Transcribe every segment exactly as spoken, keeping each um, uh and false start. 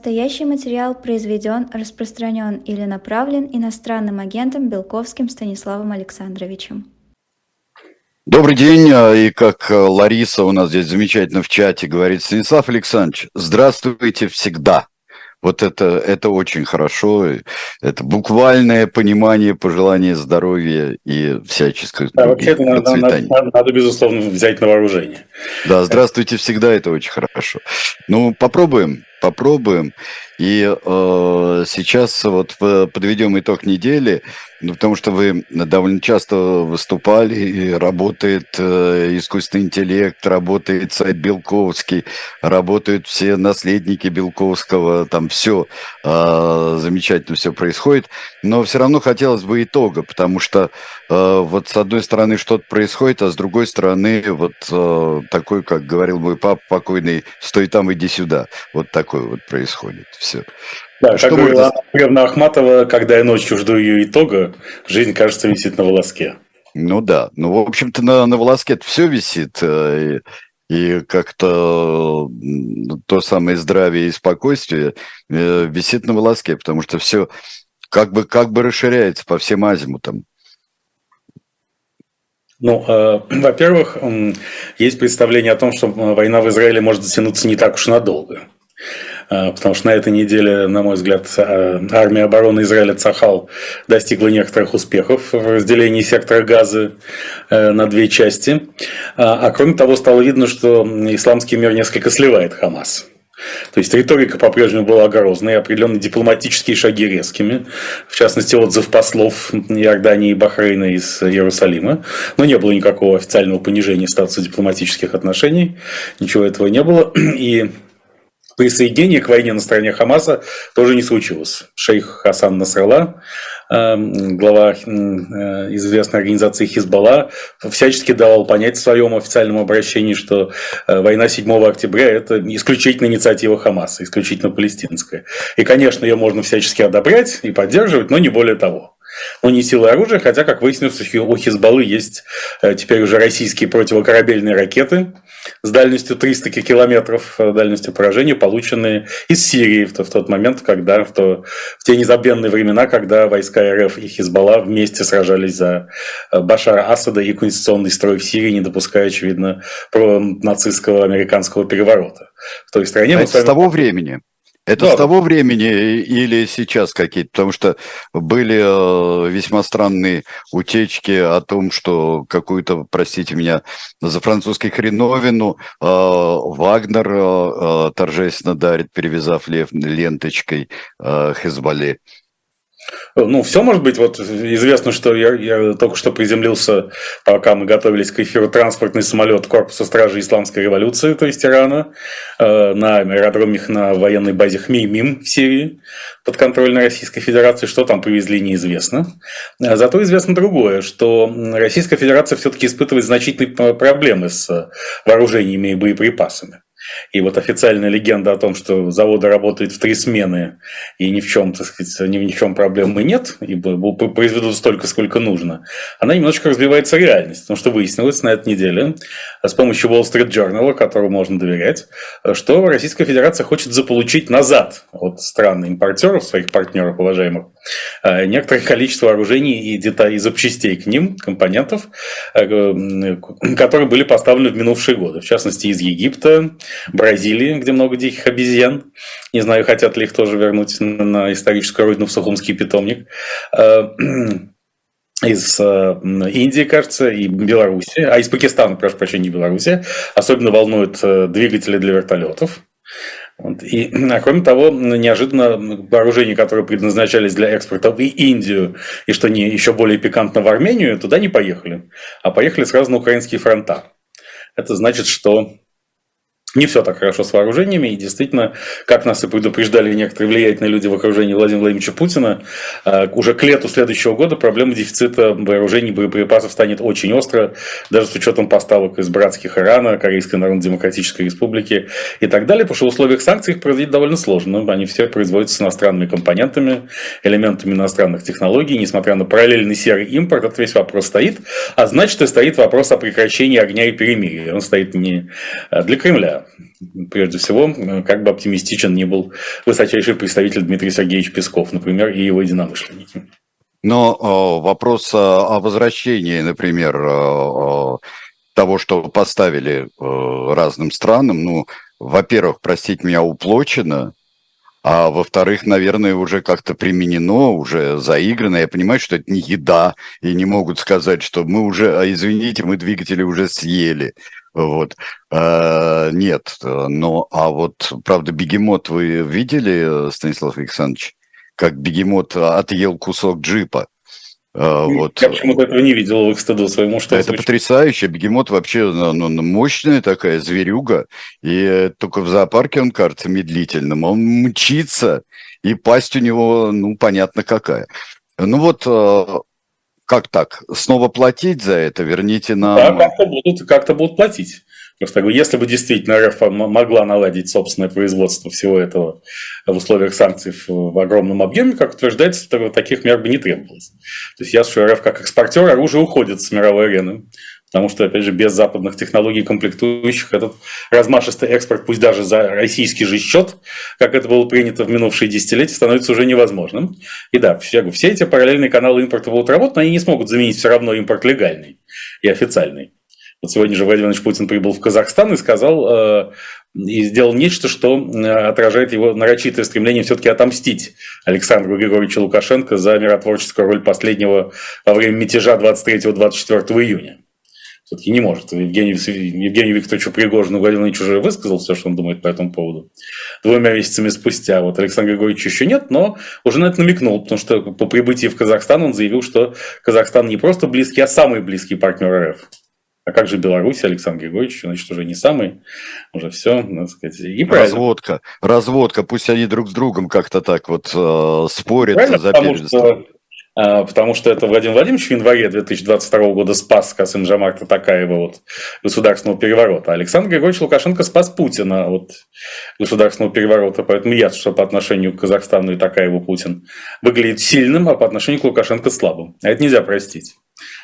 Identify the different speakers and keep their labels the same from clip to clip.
Speaker 1: Настоящий материал произведен, распространен или направлен иностранным агентом Белковским Станиславом Александровичем.
Speaker 2: Добрый день, и как Лариса у нас здесь замечательно в чате говорит, Станислав Александрович, здравствуйте всегда. Вот это, это очень хорошо, это буквальное понимание, пожелание здоровья и всяческих
Speaker 3: да, вообще надо, надо, надо, безусловно, взять на вооружение.
Speaker 2: Да, здравствуйте всегда, это очень хорошо. Ну, попробуем, попробуем. И э, сейчас вот подведем итог недели, ну, потому что вы довольно часто выступали, и работает э, искусственный интеллект, работает сайт Белковский, работают все наследники Белковского, там все э, замечательно все происходит, но все равно хотелось бы итога, потому что э, вот с одной стороны что-то происходит, а с другой стороны вот э, такой, как говорил мой папа покойный, стой там, иди сюда, вот такой вот происходит. Все.
Speaker 3: Да, что как говорила Анна Андреевна Ахматова, когда я ночью жду ее итога, жизнь, кажется, висит на волоске.
Speaker 2: Ну да, ну, в общем-то, на, на волоске все висит, и, и как-то то самое здравие и спокойствие висит на волоске, потому что все как бы, как бы расширяется по всем азимутам.
Speaker 3: Ну, э, во-первых, э, есть представление о том, что война в Израиле может затянуться не так уж и надолго. Потому что на этой неделе, на мой взгляд, армия обороны Израиля Цахал достигла некоторых успехов в разделении сектора Газы на две части. А кроме того, стало видно, что исламский мир несколько сливает Хамас. То есть риторика по-прежнему была грозной, определенные дипломатические шаги резкими, в частности, отзыв послов Иордании и Бахрейна из Иерусалима. Но не было никакого официального понижения статуса дипломатических отношений, ничего этого не было. И присоединение к войне на стороне Хамаса тоже не случилось. Шейх Хасан Насралла, глава известной организации Хизбалла, всячески давал понять в своем официальном обращении, что война седьмого октября – это исключительно инициатива Хамаса, исключительно палестинская. И, конечно, ее можно всячески одобрять и поддерживать, но не более того. Но не силой оружия, хотя, как выяснилось, у Хизбаллы есть теперь уже российские противокорабельные ракеты с дальностью триста километров, дальностью поражения, полученные из Сирии в тот момент, когда, в, то, в те незабвенные времена, когда войска РФ и Хизбалла вместе сражались за Башара Асада и конституционный строй в Сирии, не допуская, очевидно, нацистского американского переворота в той стране.
Speaker 2: А это с того времени? Это да. С того времени или сейчас какие-то? Потому что были э, весьма странные утечки о том, что какую-то, простите меня, за французский хреновину э, Вагнер э, торжественно дарит, перевязав ленточкой э, Хизбалле.
Speaker 3: Ну, все может быть. Вот известно, что я, я только что приземлился, пока мы готовились к эфиру, транспортный самолет Корпуса стражи Исламской революции, то есть Ирана, э, на аэродроме, на военной базе Хмеймим в Сирии, подконтрольной Российской Федерации. Что там привезли, неизвестно. Зато известно другое, что Российская Федерация все-таки испытывает значительные проблемы с вооружениями и боеприпасами. И вот официальная легенда о том, что заводы работают в три смены и ни в чем, так сказать, ни в чем проблемы нет, и произведут столько, сколько нужно, она немножечко разбивается реальность. Потому что выяснилось на этой неделе с помощью Wall Street Journal, которому можно доверять, что Российская Федерация хочет заполучить назад от стран-импортеров, своих партнеров уважаемых, некоторое количество вооружений и деталей, и запчастей к ним, компонентов, которые были поставлены в минувшие годы. В частности, из Египта, Бразилии, где много диких обезьян. Не знаю, хотят ли их тоже вернуть на историческую родину в Сухумский питомник. Из Индии, кажется, и Беларуси. А из Пакистана, прошу прощения, не Беларуси. Особенно волнуют двигатели для вертолетов. Вот. И, а кроме того, неожиданно вооружения, которые предназначались для экспорта в Индию, и что не еще более пикантно в Армению, туда не поехали, а поехали сразу на украинские фронта. Это значит, что не все так хорошо с вооружениями, и действительно, как нас и предупреждали некоторые влиятельные люди в окружении Владимира Владимировича Путина, уже к лету следующего года проблема дефицита вооружений и боеприпасов станет очень остро, даже с учетом поставок из братских Ирана, Корейской Народно-Демократической Республики и так далее, потому что в условиях санкций их производить довольно сложно. Они все производятся с иностранными компонентами, элементами иностранных технологий, несмотря на параллельный серый импорт, этот весь вопрос стоит, а значит и стоит вопрос о прекращении огня и перемирия. Он стоит не для Кремля, да, прежде всего, как бы оптимистичен ни был высочайший представитель Дмитрий Сергеевич Песков, например, и его единомышленники.
Speaker 2: Но э, вопрос о возвращении, например, э, того, что поставили э, разным странам, ну, во-первых, простите меня, уплочено, а во-вторых, наверное, уже как-то применено, уже заиграно. Я понимаю, что это не еда, и не могут сказать, что мы уже, а, извините, мы двигатели уже съели. Вот. А, нет, но, а вот, правда, бегемот вы видели, Станислав Александрович? Как бегемот отъел кусок джипа. Вот.
Speaker 3: Я почему-то этого не видел, в их стыду своему. Что
Speaker 2: это потрясающе. Бегемот вообще ну, мощная такая зверюга. И только в зоопарке он кажется медлительным. Он мчится, и пасть у него, ну, понятно какая. Ну вот, как так? Снова платить за это? Верните нам...
Speaker 3: Да, как-то будут, как-то будут платить. Просто если бы действительно РФ могла наладить собственное производство всего этого в условиях санкций в огромном объеме, как утверждается, то таких мер бы не требовалось. То есть ясно, что РФ как экспортер оружия уходит с мировой арены. Потому что, опять же, без западных технологий комплектующих этот размашистый экспорт, пусть даже за российский же счет, как это было принято в минувшие десятилетия, становится уже невозможным. И да, все, все эти параллельные каналы импорта будут работать, но они не смогут заменить все равно импорт легальный и официальный. Вот сегодня же Владимир Владимирович Путин прибыл в Казахстан и сказал, э, и сделал нечто, что отражает его нарочитое стремление все-таки отомстить Александру Григорьевичу Лукашенко за миротворческую роль последнего во время мятежа двадцать третьего — двадцать четвёртого июня. Все-таки не может. Евгений, Евгению Викторовичу Пригожину Владимир Владимирович уже высказал все, что он думает по этому поводу. Двумя месяцами спустя. Вот Александр Григорьевич еще нет, но уже на это намекнул, потому что по прибытии в Казахстан он заявил, что Казахстан не просто близкий, а самый близкий партнер РФ. А как же Беларусь, Александр Григорьевич, значит, уже не самый, уже все, надо сказать, и правильно.
Speaker 2: Разводка, разводка, пусть они друг с другом как-то так вот э, спорят за
Speaker 3: потому что, э, потому что это Владимир Владимирович в январе две тысячи двадцать второго года спас Касым-Жомарта Токаева от государственного переворота, а Александр Григорьевич Лукашенко спас Путина от государственного переворота, поэтому ясно, что по отношению к Казахстану и Токаеву Путин выглядит сильным, а по отношению к Лукашенко слабым. А это нельзя простить.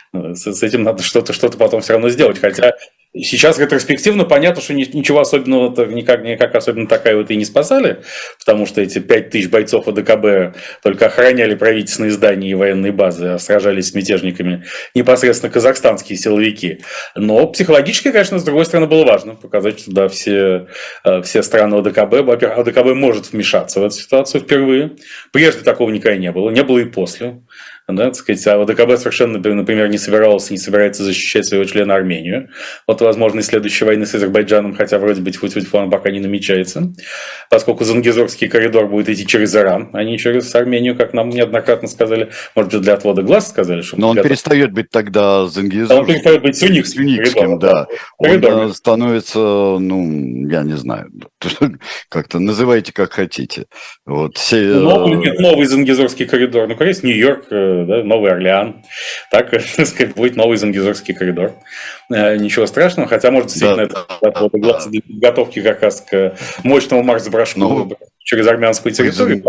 Speaker 3: С этим надо что-то, что-то потом все равно сделать. Хотя сейчас ретроспективно понятно, что ничего особенного, никак, никак особенно такая вот и не спасали, потому что эти пять тысяч бойцов АДКБ только охраняли правительственные здания и военные базы, а сражались с мятежниками непосредственно казахстанские силовики. Но психологически, конечно, с другой стороны, было важно показать, что да, все, все страны АДКБ, во-первых, АДКБ может вмешаться в эту ситуацию впервые. Прежде такого никогда не было, не было и после. Да, так сказать, а АДКБ совершенно, например, не собирался, не собирается защищать своего члена Армению от возможной следующей войны с Азербайджаном, хотя вроде бы тьфу-тьфу-тьфу пока не намечается, поскольку Зангезурский коридор будет идти через Иран, а не через Армению, как нам неоднократно сказали, может быть, для отвода глаз сказали. Что
Speaker 2: но он готов... перестает быть тогда Зангезурским.
Speaker 3: Он перестает быть сунникским,
Speaker 2: сунникским да. Коридор. Он становится, ну, я не знаю, как-то называйте как хотите. Вот. Все...
Speaker 3: Новый, нет, новый Зангезурский коридор, ну, конечно, Нью-Йорк, да, Новый Орлеан, так, так сказать, будет новый Зангезурский коридор. Ничего страшного, хотя, может, действительно, да, это да, для подготовки как раз к мощному марш-броску ну, через армянскую территорию.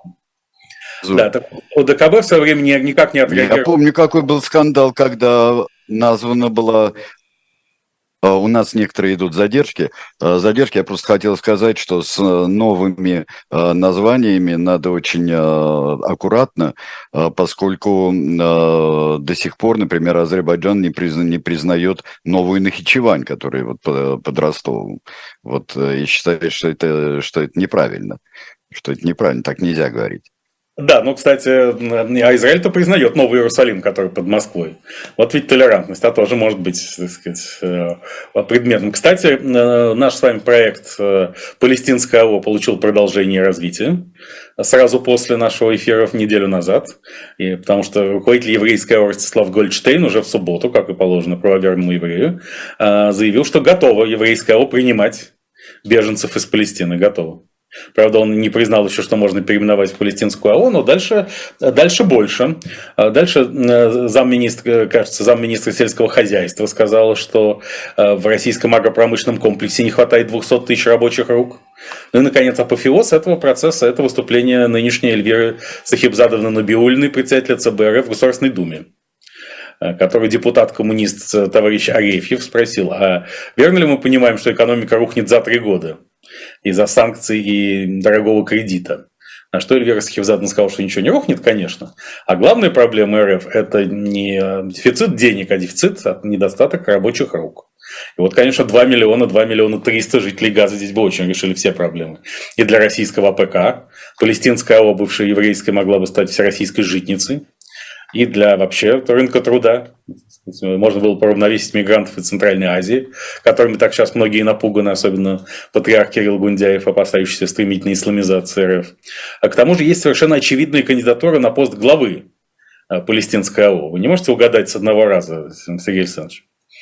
Speaker 3: Да, так, ОДКБ в свое время никак не отреагировал.
Speaker 2: Я помню, какой был скандал, когда названа была... У нас некоторые идут задержки. Задержки, я просто хотел сказать, что с новыми названиями надо очень аккуратно, поскольку до сих пор, например, Азербайджан не, призна, не признает новую Нахичевань, которая вот под Ростовом. Вот, и считает, что это, что это неправильно. Что это неправильно, так нельзя говорить.
Speaker 3: Да, ну, кстати, а Израиль-то признает Новый Иерусалим, который под Москвой. Вот ведь толерантность, а тоже может быть, так сказать, предметом. Кстати, наш с вами проект «Палестинская АО» получил продолжение и развитие сразу после нашего эфира в неделю назад, и потому что руководитель еврейской АО Ростислав Гольдштейн уже в субботу, как и положено правоверному еврею, заявил, что готова еврейская АО принимать беженцев из Палестины, готова. Правда, он не признал еще, что можно переименовать в Палестинскую АО, но дальше, дальше больше. Дальше замминистра, кажется, замминистра сельского хозяйства сказала, что в российском агропромышленном комплексе не хватает двухсот тысяч рабочих рук. Ну и, наконец, апофеоз этого процесса – это выступление нынешней Эльвиры Сахибзадовны Набиуллиной, председателя ЦБ РФ в Государственной Думе. который депутат-коммунист товарищ Арефьев спросил, а верно ли мы понимаем, что экономика рухнет за три года из-за санкций и дорогого кредита? На что Эльвира Сахивзадзе сказал, что ничего не рухнет, конечно. А главная проблема РФ – это не дефицит денег, а дефицит, а недостаток рабочих рук. И вот, конечно, два миллиона, два миллиона триста жителей Газа здесь бы очень решили все проблемы. И для российского АПК, палестинская АО, бывшая еврейская, могла бы стать всероссийской житницей. И для вообще рынка труда. Можно было поравновесить мигрантов из Центральной Азии, которыми так сейчас многие напуганы, особенно патриарх Кирилл Гундяев, опасающийся стремительной исламизации РФ. А к тому же есть совершенно очевидная кандидатура на пост главы палестинской АО. Вы не можете угадать с одного раза, Сергей Александрович?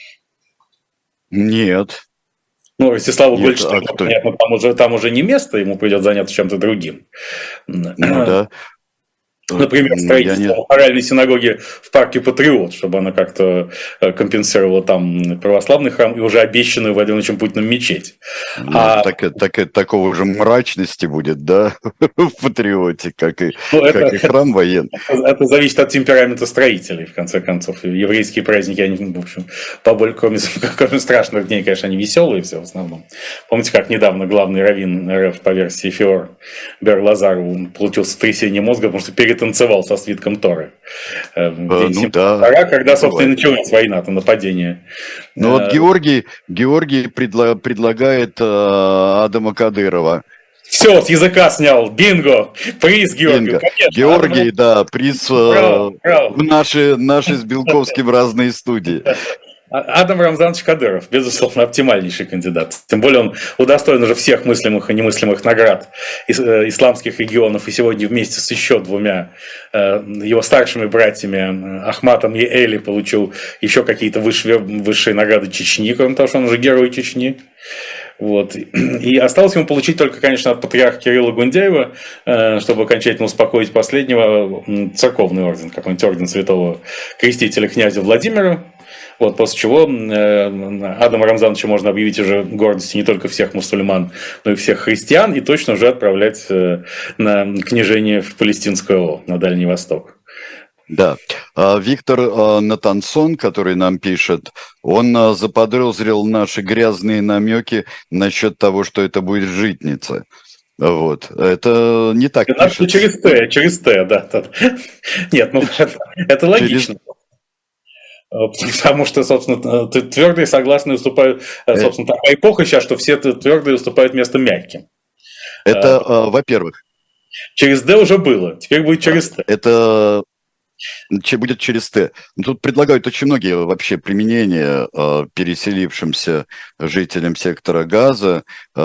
Speaker 2: Нет.
Speaker 3: Ну, Ростиславу
Speaker 2: Нет,
Speaker 3: Гольдштейну,
Speaker 2: а кто?
Speaker 3: понятно, там уже, там уже не место, ему придется заняться чем-то другим.
Speaker 2: Ну да.
Speaker 3: Например, строительство не... хоральной синагоги в парке Патриот, чтобы она как-то компенсировала там православный храм и уже обещанную Владимиром Ильичем Путиным мечеть.
Speaker 2: Ну,
Speaker 3: а...
Speaker 2: так, так, такого же мрачности будет, да, в Патриоте, как и, ну, как это, и храм военный.
Speaker 3: Это, это зависит от темперамента строителей, в конце концов. Еврейские праздники, они, в общем, побольше, кроме, кроме страшных дней, конечно, они веселые все в основном. Помните, как недавно главный раввин РФ по версии Фиор Бер Лазар получил сотрясение мозга, потому что перед танцевал со свитком Торы.
Speaker 2: А, ну, да.
Speaker 3: Пора, когда, собственно, и началась война-то, нападение.
Speaker 2: Ну вот Георгий, Георгий предла- предлагает э, Адама Кадырова.
Speaker 3: Все, с языка снял. Бинго! Приз Георгию.
Speaker 2: Георгий, Адам... да, приз браво, э, браво. В наши, наши с Белковским разные студии.
Speaker 3: Адам Рамзанович Кадыров, безусловно, оптимальнейший кандидат. Тем более он удостоен уже всех мыслимых и немыслимых наград исламских регионов. И сегодня вместе с еще двумя его старшими братьями Ахматом и Эли получил еще какие-то высшие, высшие награды Чечни, кроме того, что он уже герой Чечни. Вот. И осталось ему получить только, конечно, от патриарха Кирилла Гундяева, чтобы окончательно успокоить последнего, церковный орден, какой-нибудь орден святого крестителя князя Владимира. Вот, после чего Адама Рамзановича можно объявить уже гордостью не только всех мусульман, но и всех христиан, и точно уже отправлять на княжение в палестинскую АО, на Дальний Восток.
Speaker 2: Да. Виктор Натансон, который нам пишет, он заподозрил наши грязные намеки насчет того, что это будет житница. Вот. Это не так пишется.
Speaker 3: Через Т, через Т, да. Нет, ну это, это логично. Через... Потому что, собственно, твердые согласные уступают, собственно, такая эпоха сейчас, что все твердые уступают место мягким.
Speaker 2: Это, а, во-первых.
Speaker 3: Через Д уже было, теперь будет через Т.
Speaker 2: Это будет через Т. Тут предлагают очень многие вообще применения э, переселившимся жителям сектора Газа э,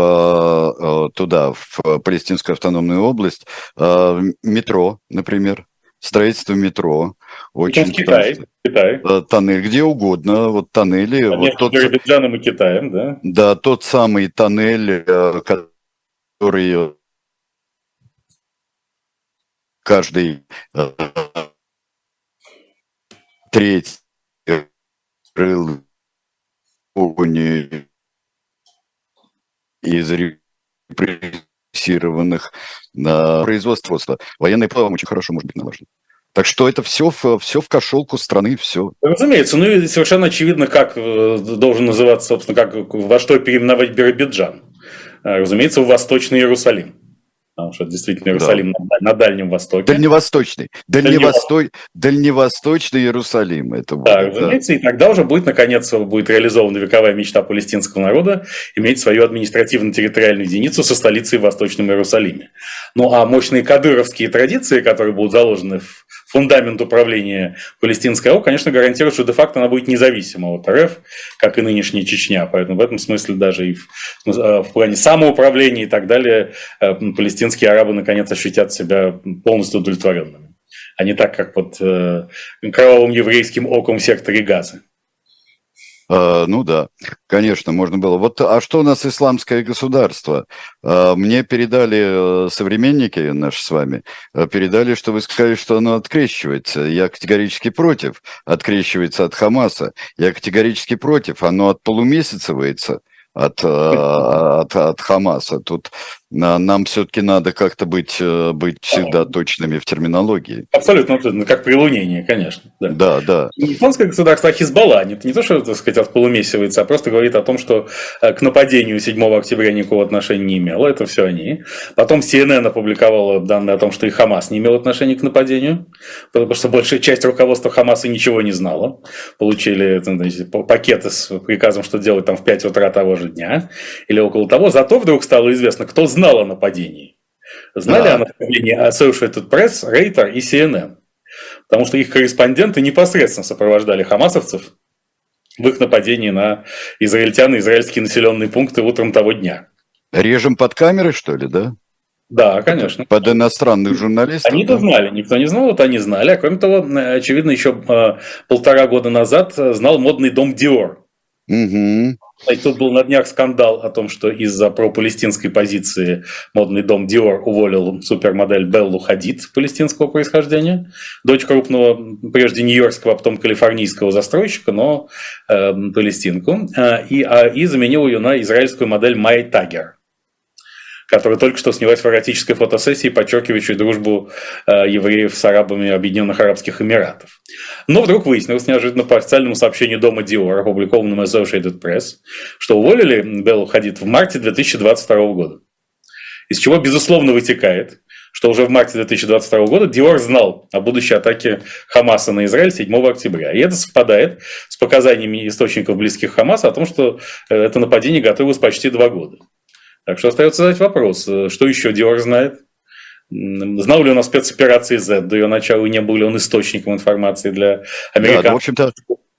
Speaker 2: в, э, туда, в Палестинскую автономную область. Э, метро, например. Строительство метро. Очень
Speaker 3: в Китае, что, Китай.
Speaker 2: Тоннель, где угодно. Вот тоннели.
Speaker 3: А
Speaker 2: вот тот,
Speaker 3: Азербайджаном и Китаем, да?
Speaker 2: Да, тот самый тоннель, который каждый треть крыл из репрессированных на производство. Военный план очень хорошо может быть налажен. Так что это все, все в кошелку страны, все.
Speaker 3: Разумеется, ну и совершенно очевидно, как должен называться, собственно, как, во что переименовать Биробиджан. Разумеется, в Восточный Иерусалим. Потому что действительно Иерусалим да. на, на Дальнем Востоке.
Speaker 2: Дальневосточный. Дальневосто... Дальневосточный Иерусалим. Это будет,
Speaker 3: да, разумеется, да. И тогда уже будет, наконец, будет реализована вековая мечта палестинского народа иметь свою административно-территориальную единицу со столицей в Восточном Иерусалиме. Ну а мощные кадыровские традиции, которые будут заложены в фундамент управления палестинской АО, конечно, гарантируют, что де-факто она будет независима от РФ, как и нынешняя Чечня. Поэтому в этом смысле даже и в, в плане самоуправления и так далее палестинские арабы наконец ощутят себя полностью удовлетворенными. А не так, как под э, кровавым еврейским оком в секторе Газы.
Speaker 2: Uh, ну да, конечно, можно было. Вот, а что у нас исламское государство? Uh, мне передали современники наши с вами, передали, что вы сказали, что оно открещивается. Я категорически против. Открещивается от Хамаса. Я категорически против. Оно отполумесяцивается. от, от, от Хамаса. Тут нам все-таки надо как-то быть, быть всегда точными в терминологии.
Speaker 3: Абсолютно, абсолютно, как прилунение, конечно. Да, да. да. Исламское государство Хизбалла не, не то, что, так сказать, отполумесивается, а просто говорит о том, что к нападению седьмого октября никакого отношения не имело. Это все они. Потом Си Эн Эн опубликовала данные о том, что и Хамас не имел отношения к нападению, потому что большая часть руководства Хамаса ничего не знала. Получили, значит, пакеты с приказом, что делать там в пять утра того же дня или около того. Зато вдруг стало известно, кто знал о нападении. Знали да. о нападении Associated Press, Рейтер и Си Эн Эн. Потому что их корреспонденты непосредственно сопровождали хамасовцев в их нападении на израильтян и израильские населенные пункты утром того дня.
Speaker 2: Режем под камерой, что ли, да?
Speaker 3: Да, конечно.
Speaker 2: Под, под иностранных журналистов?
Speaker 3: Они-то да? знали, никто не знал, вот они знали. А кроме того, очевидно, еще э, полтора года назад знал модный дом Dior.
Speaker 2: Угу.
Speaker 3: Кстати, тут был на днях скандал о том, что из-за пропалестинской позиции модный дом Dior уволил супермодель Беллу Хадид палестинского происхождения, дочь крупного, прежде нью-йоркского, а потом калифорнийского застройщика, но э, палестинку, э, и, а, и заменил ее на израильскую модель Май Тагер, которая только что снялась в эротической фотосессии, подчеркивающей дружбу э, евреев с арабами Объединенных Арабских Эмиратов. Но вдруг выяснилось неожиданно по официальному сообщению дома Dior, опубликованному Associated Press, что уволили Беллу Хадид в марте две тысячи двадцать второго года. Из чего, безусловно, вытекает, что уже в марте две тысячи двадцать второго года Dior знал о будущей атаке Хамаса на Израиль седьмого октября. И это совпадает с показаниями источников, близких Хамаса, о том, что это нападение готовилось почти два года. Так что остается задать вопрос, что еще Dior знает? Знал ли он о спецоперации Z до ее начала, и не был ли он источником информации для американцев? Да,
Speaker 2: в общем-то...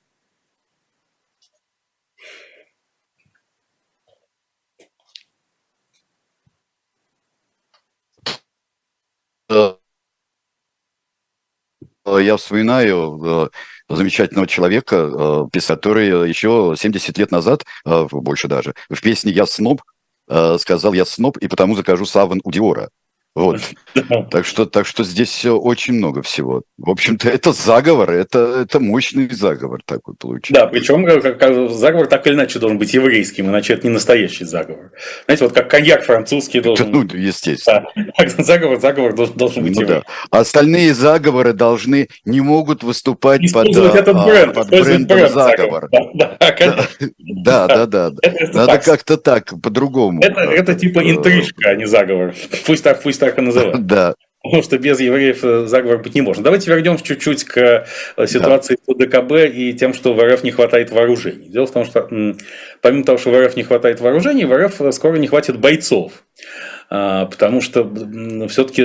Speaker 2: Я вспоминаю замечательного человека, который еще семьдесят лет назад, больше даже, в песне «Я сноб» сказал: «Я сноб, и потому закажу саван у Диора». Вот. Так что, так что здесь очень много всего. В общем-то, это заговор, это, это мощный заговор такой получился.
Speaker 3: Да, причем заговор так или иначе должен быть еврейским, иначе это не настоящий заговор. Знаете, вот как коньяк французский должен...
Speaker 2: Ну, естественно.
Speaker 3: Да. Заговор, заговор должен, должен быть ну, еврейским.
Speaker 2: Да. А остальные заговоры должны, не могут выступать под,
Speaker 3: этот бренд,
Speaker 2: под брендом бренд заговор.
Speaker 3: Да, да,
Speaker 2: да, да, да. Это, Надо так. как-то так, по-другому.
Speaker 3: Это, это типа интрижка, а не заговор. Пусть так, пусть так и называют.
Speaker 2: Да.
Speaker 3: Потому что без евреев заговор быть не может. Давайте вернемся чуть-чуть к ситуации да. по Дэ Ка Бэ и тем, что в Эр Эф не хватает вооружений. Дело в том, что помимо того, что в Эр Эф не хватает вооружений, в Эр Эф скоро не хватит бойцов. Потому что все-таки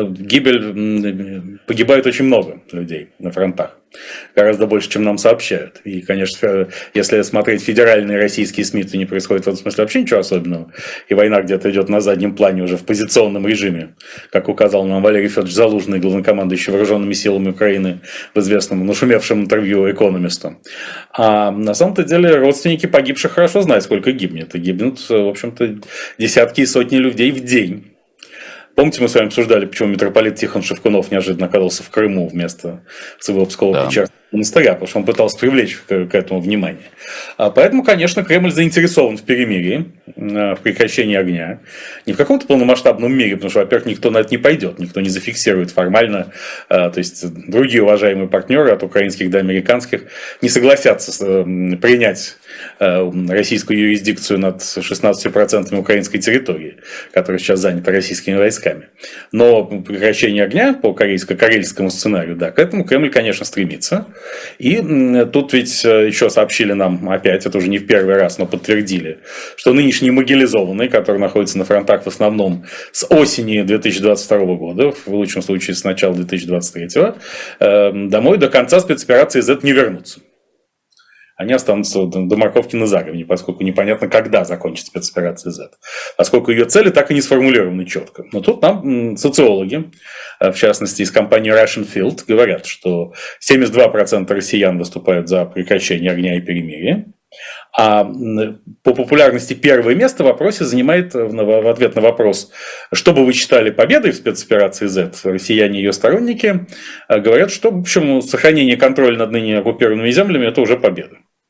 Speaker 3: гибель, погибает очень много людей на фронтах. Гораздо больше, чем нам сообщают. И, конечно, если смотреть федеральные российские СМИ, то не происходит в этом смысле вообще ничего особенного. И война где-то идет на заднем плане уже в позиционном режиме, как указал нам Валерий Федорович Залужный, главнокомандующий вооруженными силами Украины, в известном, нашумевшем интервью «Экономисту». А на самом-то деле родственники погибших хорошо знают, сколько гибнет. И гибнут, в общем-то, десятки и сотни людей в день. Помните, мы с вами обсуждали, почему митрополит Тихон Шевкунов неожиданно оказался в Крыму вместо своего Псково-Печерского да. монастыря, потому что он пытался привлечь к, к этому внимание. А поэтому, конечно, Кремль заинтересован в перемирии, в прекращении огня. Не в каком-то полномасштабном мире, потому что, во-первых, никто на это не пойдет, никто не зафиксирует формально. То есть другие уважаемые партнеры, от украинских до американских, не согласятся принять российскую юрисдикцию над шестнадцатью процентами украинской территории, которая сейчас занята российскими войсками. Но прекращение огня по корейско-карельскому сценарию, да, к этому Кремль, конечно, стремится. И тут ведь еще сообщили нам опять, это уже не в первый раз, но подтвердили, что нынешние мобилизованные, которые находятся на фронтах в основном с осени две тысячи двадцать второго года, в лучшем случае с начала две тысячи двадцать третьего, домой до конца спецоперации зет не вернутся. Они останутся до морковки на заговне, поскольку непонятно, когда закончится спецоперация зет. Поскольку ее цели так и не сформулированы четко. Но тут нам социологи, в частности из компании Russian Field, говорят, что семьдесят два процента россиян выступают за прекращение огня и перемирие. А по популярности первое место в вопросе занимает, в ответ на вопрос, что бы вы считали победой в спецоперации зет, россияне и ее сторонники говорят, что, в общем, сохранение контроля над ныне оккупированными землями – это уже победа.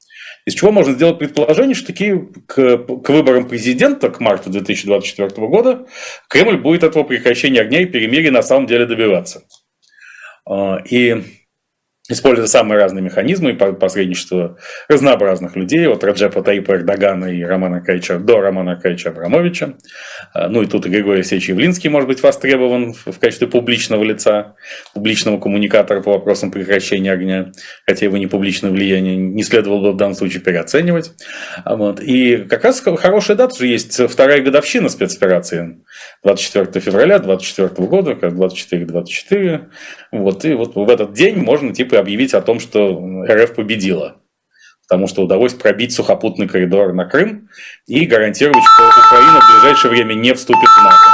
Speaker 3: Из чего можно сделать предположение, что таки к, к выборам президента, к марту две тысячи двадцать четвёртого года, Кремль будет этого прекращения огня и перемирия на самом деле добиваться. И используя самые разные механизмы и посредничество разнообразных людей, от Раджепа Таипа Эрдогана и Романа Аркадьевича до Романа Аркадьевича Абрамовича. Ну и тут и Григорий Алексеевич Явлинский может быть востребован в качестве публичного лица, публичного коммуникатора по вопросам прекращения огня, хотя его непубличное влияние не следовало бы в данном случае переоценивать. Вот. И как раз хорошая дата же есть, вторая годовщина спецоперации, двадцать четвёртого февраля двадцать четвёртого года, как двадцать четыре двадцать четыре. Вот. И вот в этот день можно типа объявить о том, что РФ победила. Потому что удалось пробить сухопутный коридор на Крым и гарантировать, что Украина в ближайшее время не вступит в НАТО.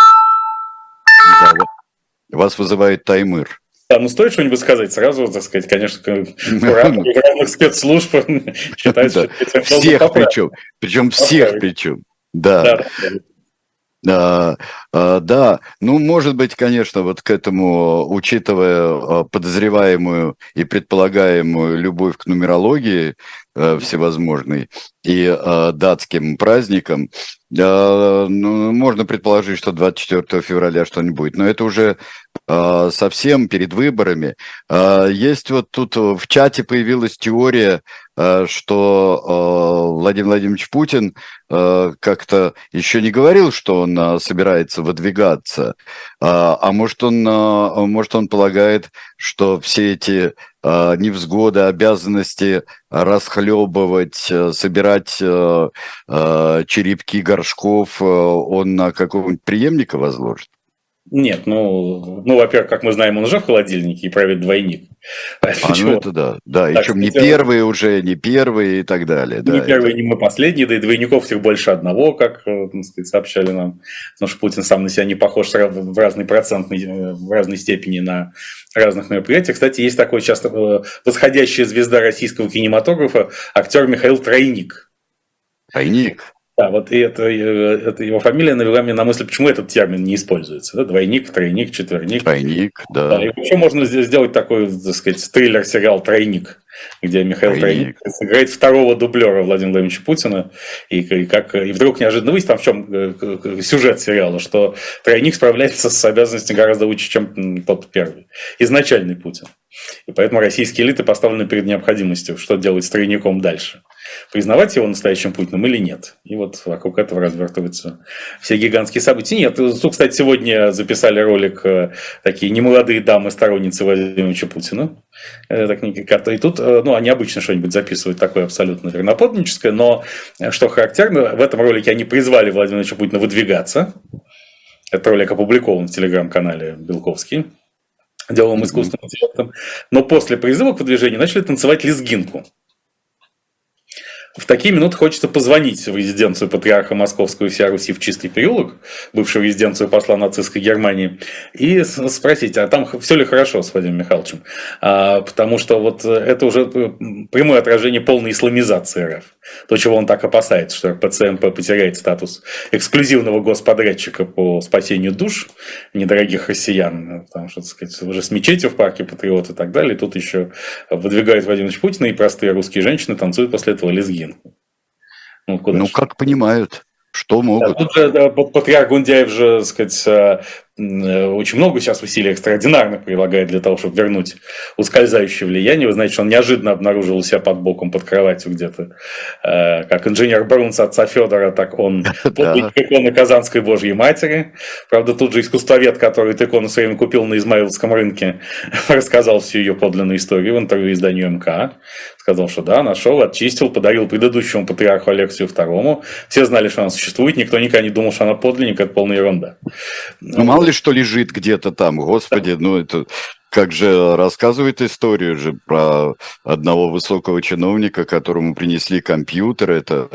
Speaker 2: Да, вас вызывает Таймыр.
Speaker 3: Да, ну стоит что-нибудь сказать сразу, так сказать, конечно, разных спецслужб считается, что
Speaker 2: всех причем, причем всех причем, да. Да, да, ну, может быть, конечно, вот к этому, учитывая подозреваемую и предполагаемую любовь к нумерологии всевозможной и датским праздникам, ну, можно предположить, что двадцать четвёртого февраля что-нибудь будет, но это уже совсем перед выборами. Есть вот тут в чате появилась теория, что Владимир Владимирович Путин как-то еще не говорил, что он собирается выдвигаться, а может он, может он полагает, что все эти невзгоды, обязанности расхлебывать, собирать черепки горшков он на какого-нибудь преемника возложит?
Speaker 3: Нет, ну, ну, во-первых, как мы знаем, он уже в холодильнике и правит двойник.
Speaker 2: А, ну это да, да,
Speaker 3: так,
Speaker 2: причем не первые уже, не первые и так далее.
Speaker 3: Не
Speaker 2: да,
Speaker 3: первые,
Speaker 2: это...
Speaker 3: не мы последние, да и двойников всех больше одного, как, так сказать, сообщали нам. Потому что Путин сам на себя не похож в разной процентной, в разной степени на разных мероприятиях. Кстати, есть такой часто восходящая звезда российского кинематографа, актер Михаил Тройник.
Speaker 2: Тройник?
Speaker 3: Да, вот и это, это его фамилия навела меня на мысль, почему этот термин не используется. Да? Двойник, тройник, четверник.
Speaker 2: Тройник, да.
Speaker 3: да. И вообще можно сделать такой, так сказать, триллер-сериал «Тройник», где Михаил Тройник, Тройник сыграет второго дублера Владимира Владимировича Путина. И, и, как, и вдруг неожиданно выяснится, там в чем сюжет сериала, что Тройник справляется с обязанностями гораздо лучше, чем тот первый. Изначальный Путин. И поэтому российские элиты поставлены перед необходимостью, что делать с Тройником дальше. Признавать его настоящим Путиным или нет. И вот вокруг этого развертываются все гигантские события. Нет, тут, кстати, сегодня записали ролик такие немолодые дамы-сторонницы Владимира Владимировича Путина. И тут, ну, они обычно что-нибудь записывают такое абсолютно верноподданническое, но, что характерно, в этом ролике они призвали Владимира Владимировича Путина выдвигаться. Этот ролик опубликован в телеграм-канале Белковский, деловым искусственным интеллектом. Но после призыва к выдвижению начали танцевать лезгинку. В такие минуты хочется позвонить в резиденцию патриарха Московского и всея Руси в Чистый переулок, бывшую резиденцию посла нацистской Германии, и спросить, а там все ли хорошо с Владимиром Михайловичем? А, потому что вот это уже прямое отражение полной исламизации РФ. То, чего он так опасается, что эр пэ цэ эм пэ потеряет статус эксклюзивного господрядчика по спасению душ недорогих россиян, потому что, так сказать, уже с мечетью в парке Патриот и так далее, тут еще выдвигают Владимира Путина, и простые русские женщины танцуют после этого лезгинку. Ну,
Speaker 2: ну как понимают, что могут.
Speaker 3: Да, тут же да, патриарх Гундяев же, так сказать, очень много сейчас усилий экстраординарных прилагает для того, чтобы вернуть ускользающее влияние. Вы знаете, что он неожиданно обнаружил у себя под боком, под кроватью где-то, как инженер Брунс отца Федора, так он подлинник иконы Казанской Божьей Матери. Правда, тут же искусствовед, который эту икону в свое время купил на Измаиловском рынке, рассказал всю ее подлинную историю в интервью изданию эм ка. Сказал, что да, нашел, очистил, подарил предыдущему патриарху Алексию второму. Все знали, что она существует, никто никогда не думал, что она подлинник, это полная ерунда.
Speaker 2: Ну, мало ли что лежит где-то там, господи, да. Ну это как же рассказывает историю же про одного высокого чиновника, которому принесли компьютер, это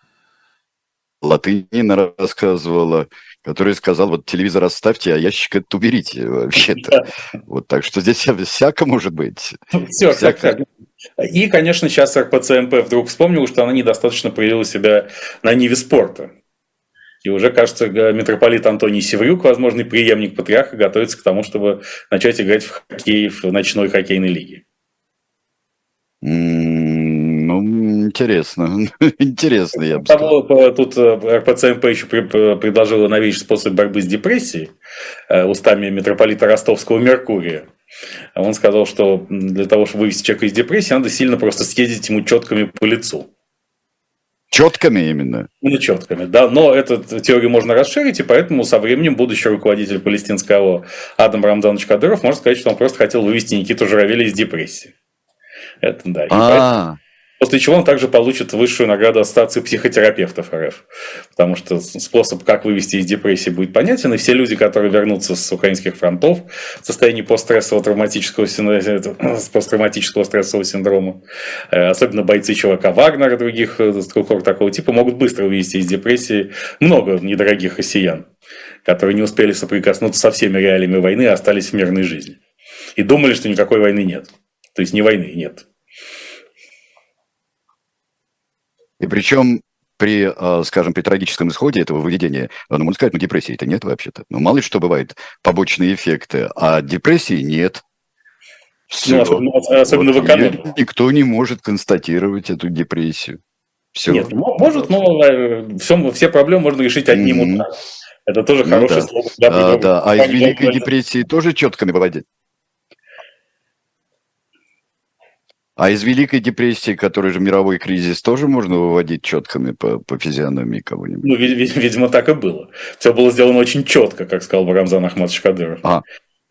Speaker 2: Латынина рассказывала, который сказал, вот телевизор оставьте, а ящик этот уберите вообще-то. Да. Вот так что здесь всяко может быть.
Speaker 3: Все, всяко. И, конечно, сейчас эр пэ цэ эм пэ вдруг вспомнил, что она недостаточно проявила себя на ниве спорта. И уже, кажется, митрополит Антоний Севрюк, возможный преемник патриарха, готовится к тому, чтобы начать играть в хоккей в ночной хоккейной лиге.
Speaker 2: Ну, Интересно. Интересно, я бы
Speaker 3: Того,
Speaker 2: сказал.
Speaker 3: тут эр пэ цэ эм пэ еще предложила новейший способ борьбы с депрессией устами митрополита Ростовского Меркурия. Он сказал, что для того, чтобы вывести человека из депрессии, надо сильно просто съездить ему четками по лицу.
Speaker 2: Четками именно?
Speaker 3: Именно четками, да. Но эту теорию можно расширить, и поэтому со временем будущий руководитель палестинского Адам Рамзанович Кадыров может сказать, что он просто хотел вывести Никиту Журавеля из депрессии. Это да. И поэтому... После чего он также получит высшую награду Ассоциации психотерапевтов эр эф. Потому что способ, как вывести из депрессии, будет понятен. И все люди, которые вернутся с украинских фронтов в состоянии постстрессового травматического, посттравматического стрессового синдрома, особенно бойцы ЧВК Вагнера и других структур такого типа, могут быстро вывести из депрессии много недорогих россиян, которые не успели соприкоснуться со всеми реалиями войны и остались в мирной жизни. И думали, что никакой войны нет. То есть, ни войны нет.
Speaker 2: И причем при, скажем, при трагическом исходе этого выведения, ну, можно сказать, ну, депрессии-то нет вообще-то. Ну, мало ли что бывает, побочные эффекты, а депрессии нет. Все.
Speaker 3: Ну, особенно, особенно
Speaker 2: вот
Speaker 3: в экономике.
Speaker 2: Никто не может констатировать эту депрессию. Все.
Speaker 3: Нет, может, но все, все проблемы можно решить одним
Speaker 2: Mm-hmm.
Speaker 3: ударом. Это тоже
Speaker 2: ну,
Speaker 3: хорошее
Speaker 2: да.
Speaker 3: слово.
Speaker 2: А, да. а из Великой депрессии тоже четками выводить? А из Великой депрессии, который же мировой кризис, тоже можно выводить четками по, по физиономии кого-нибудь?
Speaker 3: Ну, видимо, так и было. Все было сделано очень четко, как сказал бы Рамзан Ахматович Кадыров.
Speaker 2: А.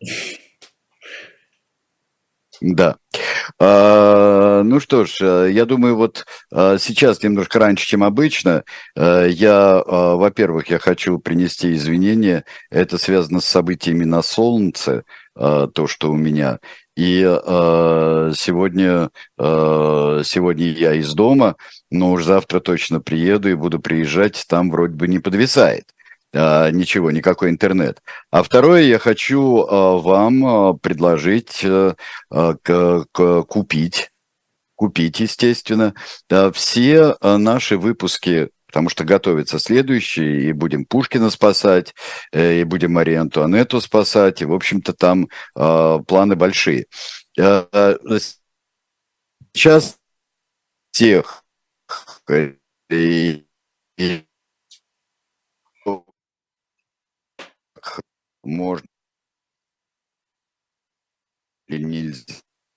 Speaker 2: Да. А, ну что ж, я думаю, вот сейчас немножко раньше, чем обычно, я, во-первых, я хочу принести извинения. Это связано с событиями на Солнце, то, что у меня. И э, сегодня, э, сегодня я из дома, но уж завтра точно приеду и буду приезжать, там вроде бы не подвисает э, ничего, никакой интернет. А второе, я хочу э, вам предложить э, к, к, купить, купить, естественно, э, все наши выпуски, потому что готовится следующий, и будем Пушкина спасать, и будем Марию Антуанетту спасать, и, в общем-то, там э, планы большие. Э, сейчас тех и, и, можно или нельзя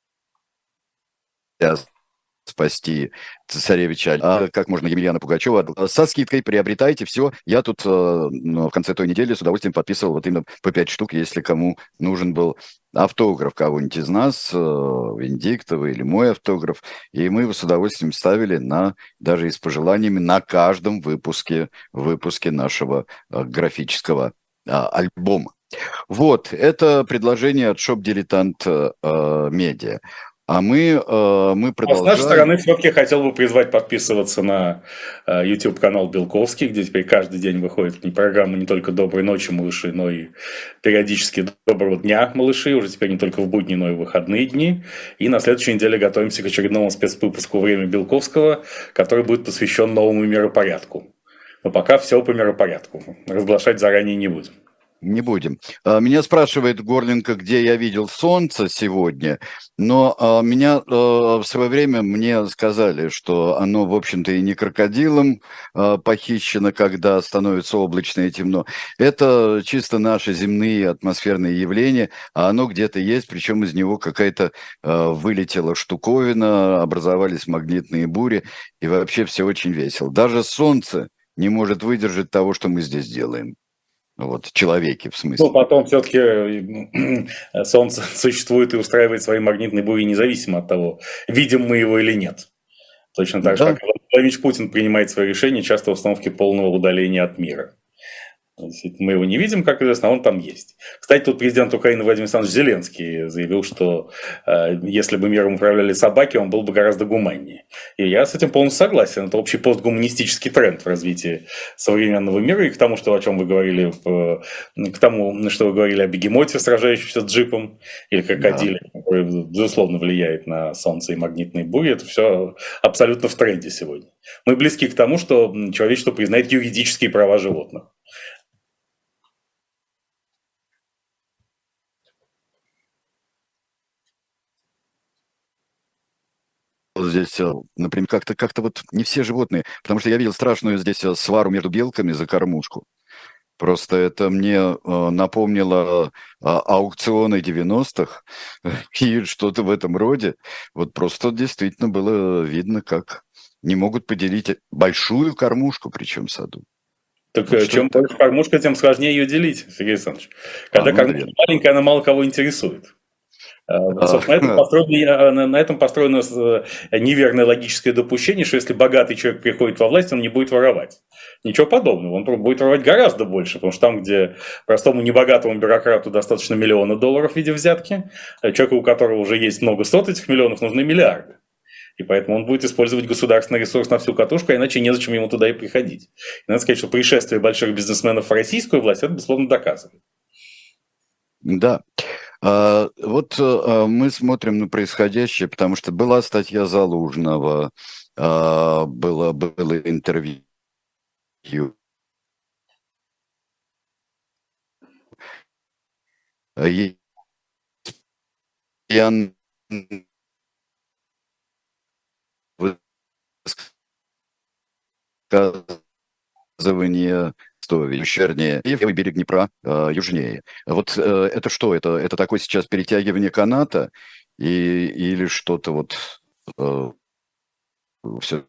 Speaker 2: спасти цесаревича, а как можно Емельяна Пугачева. Со скидкой приобретайте все. Я тут э, в конце той недели с удовольствием подписывал вот именно по пять штук, если кому нужен был автограф кого-нибудь из нас, э, Венедиктова или мой автограф. И мы его с удовольствием ставили на, даже и с пожеланиями на каждом выпуске, выпуске нашего э, графического э, альбома. Вот, это предложение от Shop Dilettant э, Media. А мы, э, мы продолжаем...
Speaker 3: А с нашей стороны, все-таки хотел бы призвать подписываться на э, YouTube-канал Белковский, где теперь каждый день выходит не программа не только «Доброй ночи, малыши», но и периодически «Доброго дня, малыши», уже теперь не только в будни, но и в выходные дни. И на следующей неделе готовимся к очередному спецвыпуску «Время Белковского», который будет посвящен новому миропорядку. Но пока все по миропорядку. Разглашать заранее не будем.
Speaker 2: Не будем. Меня спрашивает Горленко, где я видел солнце сегодня, но меня в свое время мне сказали, что оно, в общем-то, и не крокодилом похищено, когда становится облачно и темно. Это чисто наши земные атмосферные явления, а оно где-то есть, причем из него какая-то вылетела штуковина, образовались магнитные бури, и вообще все очень весело. Даже солнце не может выдержать того, что мы здесь делаем. Вот, человеки, в смысле.
Speaker 3: Ну, потом все-таки Солнце существует и устраивает свои магнитные бури независимо от того, видим мы его или нет. Точно так же, да. Как Владимир Путин принимает свои решения часто в установке полного удаления от мира. Мы его не видим, как известно, а он там есть. Кстати, тут президент Украины Владимир Александрович Зеленский заявил, что э, если бы миром управляли собаки, он был бы гораздо гуманнее. И я с этим полностью согласен. Это общий постгуманистический тренд в развитии современного мира. И к тому, что, о чем вы говорили, в, к тому, что вы говорили о бегемоте, сражающемся с джипом, или крокодиле, да, который, безусловно, влияет на солнце и магнитные бури, это все абсолютно в тренде сегодня. Мы близки к тому, что человечество признает юридические права животных.
Speaker 2: здесь, например, как-то как-то вот не все животные, потому что я видел страшную здесь свару между белками за кормушку. Просто это мне э, напомнило э, аукционы девяностых и что-то в этом роде. Вот просто действительно было видно, как не могут поделить большую кормушку, причем в саду.
Speaker 3: Так вот чем больше кормушка, тем сложнее ее делить, Сергей Александрович. Когда а, кормушка наверное. маленькая, она мало кого интересует. Собственно, на, этом построено, на этом построено неверное логическое допущение, что если богатый человек приходит во власть, он не будет воровать. Ничего подобного. Он будет воровать гораздо больше, потому что там, где простому небогатому бюрократу достаточно миллиона долларов в виде взятки, человеку, у которого уже есть много сот этих миллионов, нужны миллиарды. И поэтому он будет использовать государственный ресурс на всю катушку, а иначе незачем ему туда и приходить. И надо сказать, что пришествие больших бизнесменов в российскую власть, это, безусловно, доказывает.
Speaker 2: Да. А, вот а, мы смотрим на происходящее, потому что была статья Залужного, а, было, было интервью. И я высказывание вечернее, и берег Днепра э, южнее. Вот э, это что? Это, это такое сейчас перетягивание каната и, или что-то вот э, все...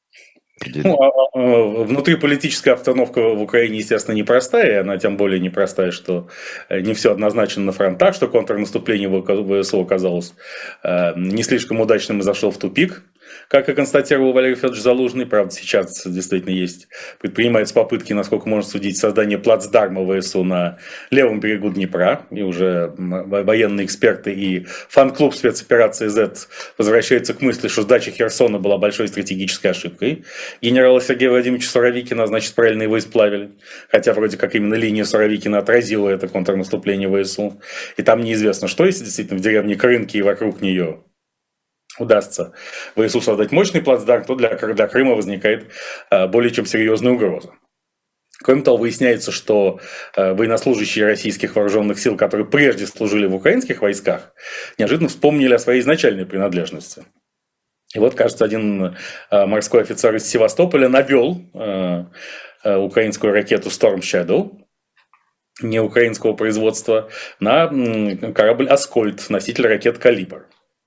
Speaker 3: Ну, внутриполитическая обстановка в Украине, естественно, непростая, и она тем более непростая, что не все однозначно на фронтах, что контрнаступление ВСУ оказалось не слишком удачным и зашло в тупик, как и констатировал Валерий Федорович Залужный. Правда, сейчас действительно есть, предпринимаются попытки, насколько можно судить, создание плацдарма ВСУ на левом берегу Днепра, и уже военные эксперты и фан-клуб спецоперации Z возвращаются к мысли, что сдача Херсона была большой стратегической ошибкой. Генерала Сергея Владимировича Суровикина, значит, правильно его исплавили. Хотя вроде как именно линия Суровикина отразила это контрнаступление ВСУ. И там неизвестно, что если действительно в деревне Крынки и вокруг нее удастся ВСУ создать мощный плацдарм, то для, для Крыма возникает более чем серьезная угроза. Кроме того, выясняется, что военнослужащие российских вооруженных сил, которые прежде служили в украинских войсках, неожиданно вспомнили о своей изначальной принадлежности. И вот, кажется, один морской офицер из Севастополя навел украинскую ракету Storm Shadow, не украинского производства, на корабль «Аскольд», носитель ракет «Калибр».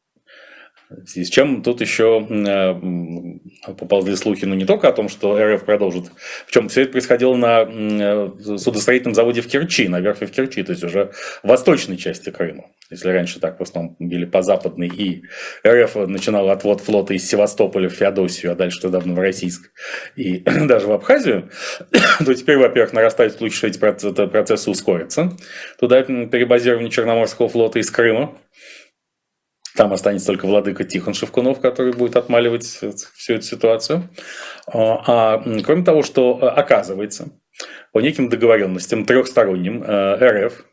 Speaker 3: С чем тут еще поползли слухи, ну не только о том, что РФ продолжит, причем все это происходило на судостроительном заводе в Керчи, на верфи в Керчи, то есть уже в восточной части Крыма. Если раньше так в основном били по западной, и РФ начинал отвод флота из Севастополя в Феодосию, а дальше туда в Новороссийск и даже в Абхазию, то теперь, во-первых, нарастает случай, что эти процессы ускорятся. Туда перебазирование Черноморского флота из Крыма. Там останется только владыка Тихон Шевкунов, который будет отмаливать всю эту ситуацию. А, кроме того, что оказывается, по неким договоренностям трехсторонним РФ,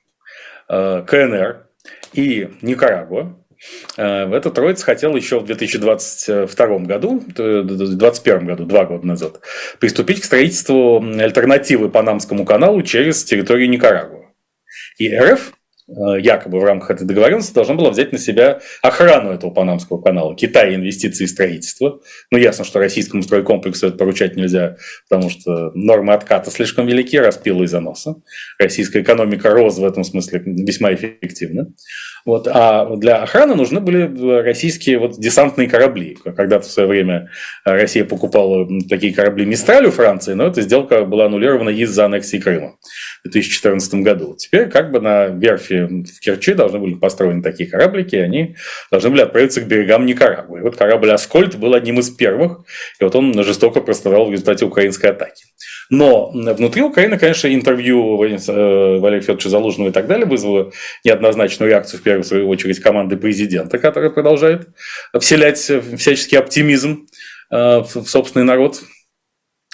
Speaker 3: КНР и Никарагуа, эта троица хотела еще в две тысячи двадцать втором году, две тысячи двадцать первом году, два года назад, приступить к строительству альтернативы Панамскому каналу через территорию Никарагуа. И РФ якобы в рамках этой договоренности должна была взять на себя охрану этого Панамского канала. Китай инвестиции и строительство. Ну, ясно, что российскому стройкомплексу это поручать нельзя, потому что нормы отката слишком велики, распила и заноса. Российская экономика рос в этом смысле весьма эффективно. Вот. А для охраны нужны были российские вот десантные корабли. Когда-то в свое время Россия покупала такие корабли «Мистраль» у Франции, но эта сделка была аннулирована из-за аннексии Крыма в две тысячи четырнадцатом году. Теперь как бы на верфи в Керчи должны были построены такие кораблики, и они должны были отправиться к берегам Никарагуа. И вот корабль «Аскольд» был одним из первых, и вот он жестоко пострадал в результате украинской атаки. Но внутри Украины, конечно, интервью Валерия Федоровича Залужного и так далее вызвало неоднозначную реакцию, в первую очередь, команды президента, которая продолжает вселять всяческий оптимизм в собственный народ.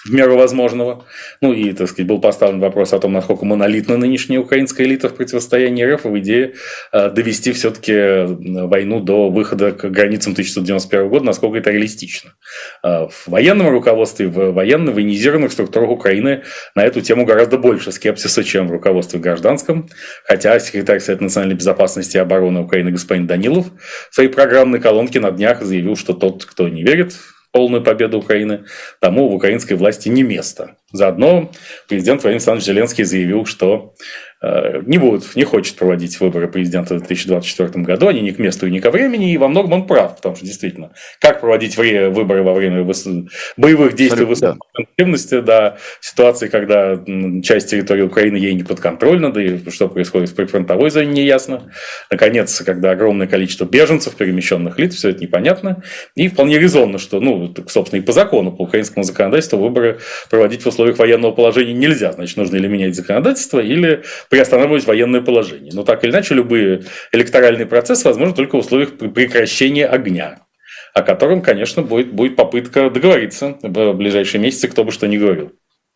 Speaker 3: в меру возможного. Ну и, так сказать, был поставлен вопрос о том, насколько монолитна нынешняя украинская элита в противостоянии РФ, и в идее довести все-таки войну до выхода к границам тысяча девятьсот девяносто первого года, насколько это реалистично. В военном руководстве, в военно-военизированных структурах Украины на эту тему гораздо больше скепсиса, чем в руководстве гражданском. Хотя секретарь Совета национальной безопасности и обороны Украины господин Данилов в своей программной колонке на днях заявил, что тот, кто не верит полную победу Украины, тому в украинской власти не место. Заодно президент Владимир Александрович Зеленский заявил, что э, не будет, не хочет проводить выборы президента в две тысячи двадцать четвёртом году, они ни к месту и ни ко времени, и во многом он прав, потому что действительно, как проводить выборы во время выс... боевых действий высокой интенсивности, да, ситуации, когда часть территории Украины ей не подконтрольна, да и что происходит в прифронтовой зоне, не ясно. Наконец, когда огромное количество беженцев, перемещенных лиц, все это непонятно, и вполне резонно, что, ну, собственно, и по закону, по украинскому законодательству выборы проводить в условиях военного положения нельзя. Значит, нужно или менять законодательство, или приостанавливать военное положение. Но так или иначе, любые электоральные процессы возможны только в условиях прекращения огня, о котором, конечно, будет, будет попытка договориться в ближайшие месяцы, кто бы что ни говорил.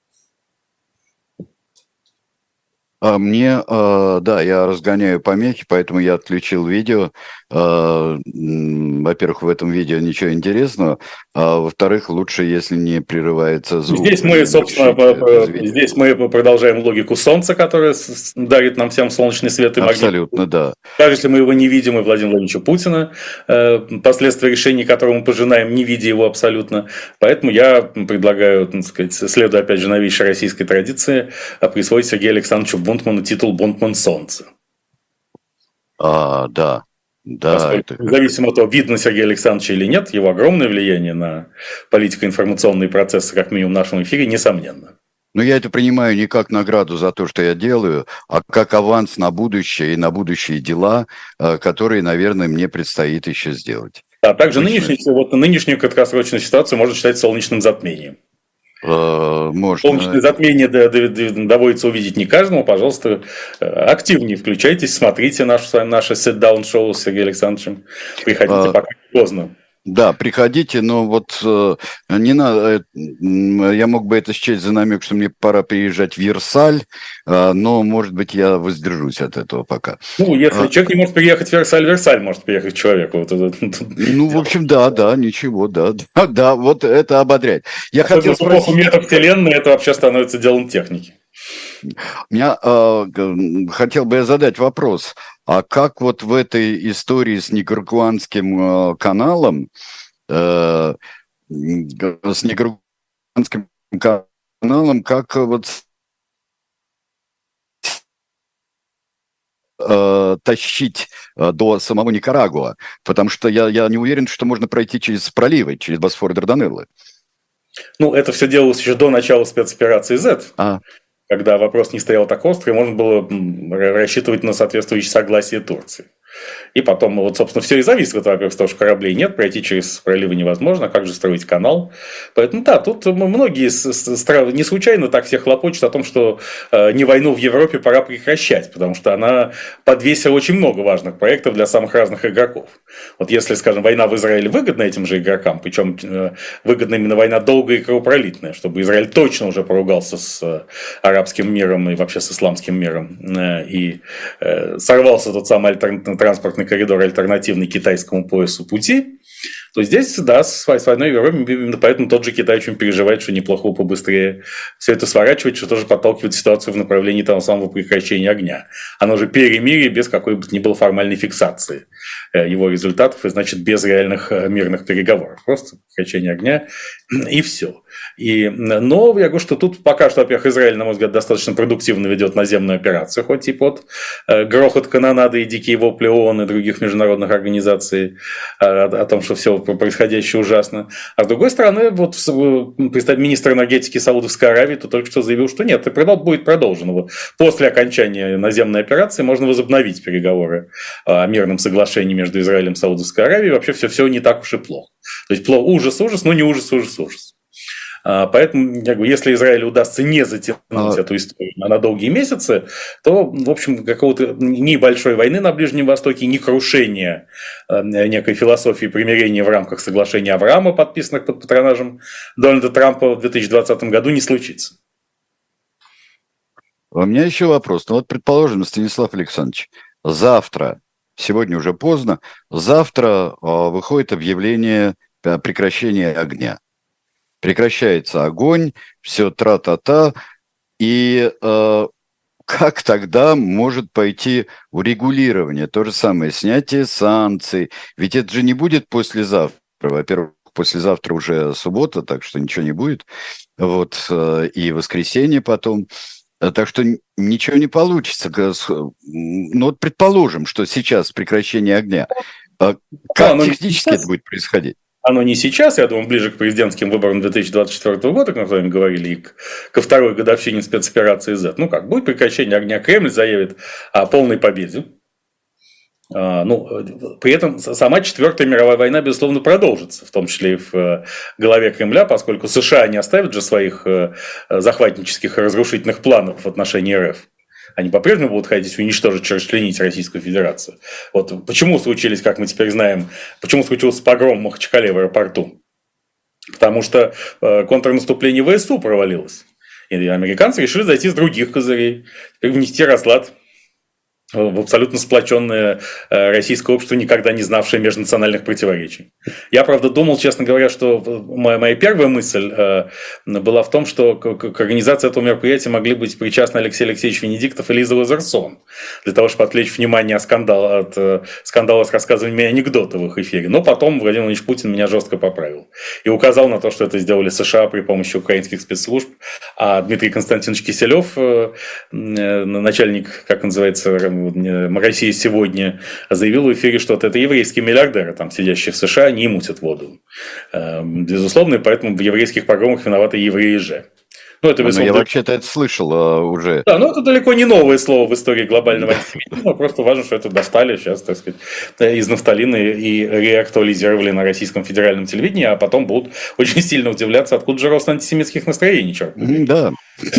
Speaker 2: А мне, э, да, я разгоняю помехи, поэтому я отключил видео. Э, во-первых, в этом видео ничего интересного, а во-вторых, лучше, если не прерывается звук.
Speaker 3: Здесь мы, собственно, здесь мы продолжаем логику Солнца, которое дарит нам всем солнечный свет и магнит.
Speaker 2: Абсолютно, да.
Speaker 3: Даже если мы его не видим, и Владимира Владимировича Путина, э, последствия решений, которые мы пожинаем, не видя его абсолютно. Поэтому я предлагаю, так сказать, следуя, опять же, новейшей российской традиции, присвоить Сергею Александровичу Бунтману титул «Бунтман Солнца».
Speaker 2: А, да. Да,
Speaker 3: это... Независимо от того, видно Сергея Александровича или нет, его огромное влияние на политико-информационные процессы, как минимум в нашем эфире, несомненно.
Speaker 2: Но я это принимаю не как награду за то, что я делаю, а как аванс на будущее и на будущие дела, которые, наверное, мне предстоит еще сделать.
Speaker 3: А также нынешнюю, вот, нынешнюю краткосрочную ситуацию можно считать солнечным затмением.
Speaker 2: Можно.
Speaker 3: Солнечное затмение доводится увидеть не каждому. Пожалуйста, активнее включайтесь, смотрите наше с вами наше sit-down-шоу с Сергеем Александровичем. Приходите, а... пока не поздно.
Speaker 2: Да, приходите, но вот э, не надо, э, я мог бы это счесть за намек, что мне пора переезжать в Версаль, э, но, может быть, я воздержусь от этого пока.
Speaker 3: Ну, если а... человек не может переехать в Версаль, Версаль может переехать к человеку. Вот это,
Speaker 2: ну, в общем, да, да, ничего, да, да, да, вот это ободряет. Я хотел
Speaker 3: спросить... В эпоху метавселенной это вообще становится делом техники.
Speaker 2: Меня э, хотел бы я задать вопрос, а как вот в этой истории с Никарагуанским э, каналом, э, с Никарагуанским каналом, как вот э, тащить э, до самого Никарагуа? Потому что я, я не уверен, что можно пройти через проливы, через Босфор и Дарданеллы.
Speaker 3: Ну, это все делалось еще до начала спецоперации Z.
Speaker 2: А.
Speaker 3: Когда вопрос не стоял так остро, и можно было рассчитывать на соответствующее согласие Турции. И потом, вот, собственно, все и зависит, во-первых, от того, что кораблей нет, пройти через проливы невозможно, а как же строить канал. Поэтому, да, тут многие не случайно так все хлопочут о том, что не войну в Европе пора прекращать, потому что она подвесила очень много важных проектов для самых разных игроков. Вот если, скажем, война в Израиле выгодна этим же игрокам, причем выгодна именно война долгая и кровопролитная, чтобы Израиль точно уже поругался с арабским миром и вообще с исламским миром, и сорвался тот самый альтернативный транспортный коридор, альтернативный китайскому поясу пути, то здесь, да, с войной в Европе, именно поэтому тот же Китай очень переживает, что неплохо побыстрее все это сворачивать, что тоже подталкивает ситуацию в направлении того самого прекращения огня. Оно же перемирие без какой бы ни было формальной фиксации его результатов, и значит без реальных мирных переговоров. Просто прекращение огня и все. И, но я говорю, что тут пока что, во-первых, Израиль, на мой взгляд, достаточно продуктивно ведет наземную операцию, хоть и под грохот канонады и дикие вопли ООН и других международных организаций о, о том, что все происходящее ужасно. А с другой стороны, вот представитель министра энергетики Саудовской Аравии то только что заявил, что нет, это будет продолжено. После окончания наземной операции можно возобновить переговоры о мирном соглашении между Израилем и Саудовской Аравией. Вообще все, все не так уж и плохо. То есть ужас, ужас, но не ужас, ужас, ужас. Поэтому, как бы, если Израилю удастся не затянуть а... эту историю на долгие месяцы, то, в общем, какого-то ни большой войны на Ближнем Востоке, ни крушения некой философии примирения в рамках соглашения Авраама, подписанных под патронажем Дональда Трампа в две тысячи двадцатом году, не случится.
Speaker 2: У меня еще вопрос. Ну вот, предположим, Станислав Александрович, завтра, сегодня уже поздно, завтра э, выходит объявление о прекращении огня. Прекращается огонь, все тра-та-та, и э, как тогда может пойти урегулирование? То же самое, снятие санкций. Ведь это же не будет послезавтра. Во-первых, послезавтра уже суббота, так что ничего не будет. Вот, э, и воскресенье потом. Так что ничего не получится. Ну вот предположим, что сейчас прекращение огня. Как да, технически это будет происходить?
Speaker 3: Оно не сейчас, я думаю, ближе к президентским выборам две тысячи двадцать четвёртого года, как мы с вами говорили, и к, ко второй годовщине спецоперации Z. Ну как, будет прекращение огня, Кремль заявит о полной победе. А, ну, при этом сама Четвертая мировая война, безусловно, продолжится, в том числе и в голове Кремля, поскольку США не оставят же своих захватнических и разрушительных планов в отношении РФ. Они по-прежнему будут хотеть уничтожить, расчленить Российскую Федерацию. Вот почему случились, как мы теперь знаем, почему случился погром в Махачкале в аэропорту? Потому что контрнаступление ВСУ провалилось. И американцы решили зайти с других козырей, теперь внести разлад в абсолютно сплоченное российское общество, никогда не знавшее межнациональных противоречий. Я, правда, думал, честно говоря, что моя, моя первая мысль была в том, что к организации этого мероприятия могли быть причастны Алексей Алексеевич Венедиктов и Лиза Лазерсон, для того, чтобы отвлечь внимание от скандала, от скандала с рассказываниями анекдотов в их эфире. Но потом Владимир Владимирович Путин меня жестко поправил и указал на то, что это сделали США при помощи украинских спецслужб, а Дмитрий Константинович Киселев, начальник, как называется, Россия сегодня, заявил в эфире, что это еврейские миллиардеры, там сидящие в США, не мутят воду. Безусловно, и поэтому в еврейских погромах виноваты евреи же. Ну, это,
Speaker 2: я вообще-то это слышал а, уже.
Speaker 3: Да, но это далеко не новое слово в истории глобального антисемитизма. Просто важно, что это достали сейчас, так сказать, из нафталина и реактуализировали на российском федеральном телевидении, а потом будут очень сильно удивляться, откуда же рост антисемитских настроений, черт побери.
Speaker 2: Да.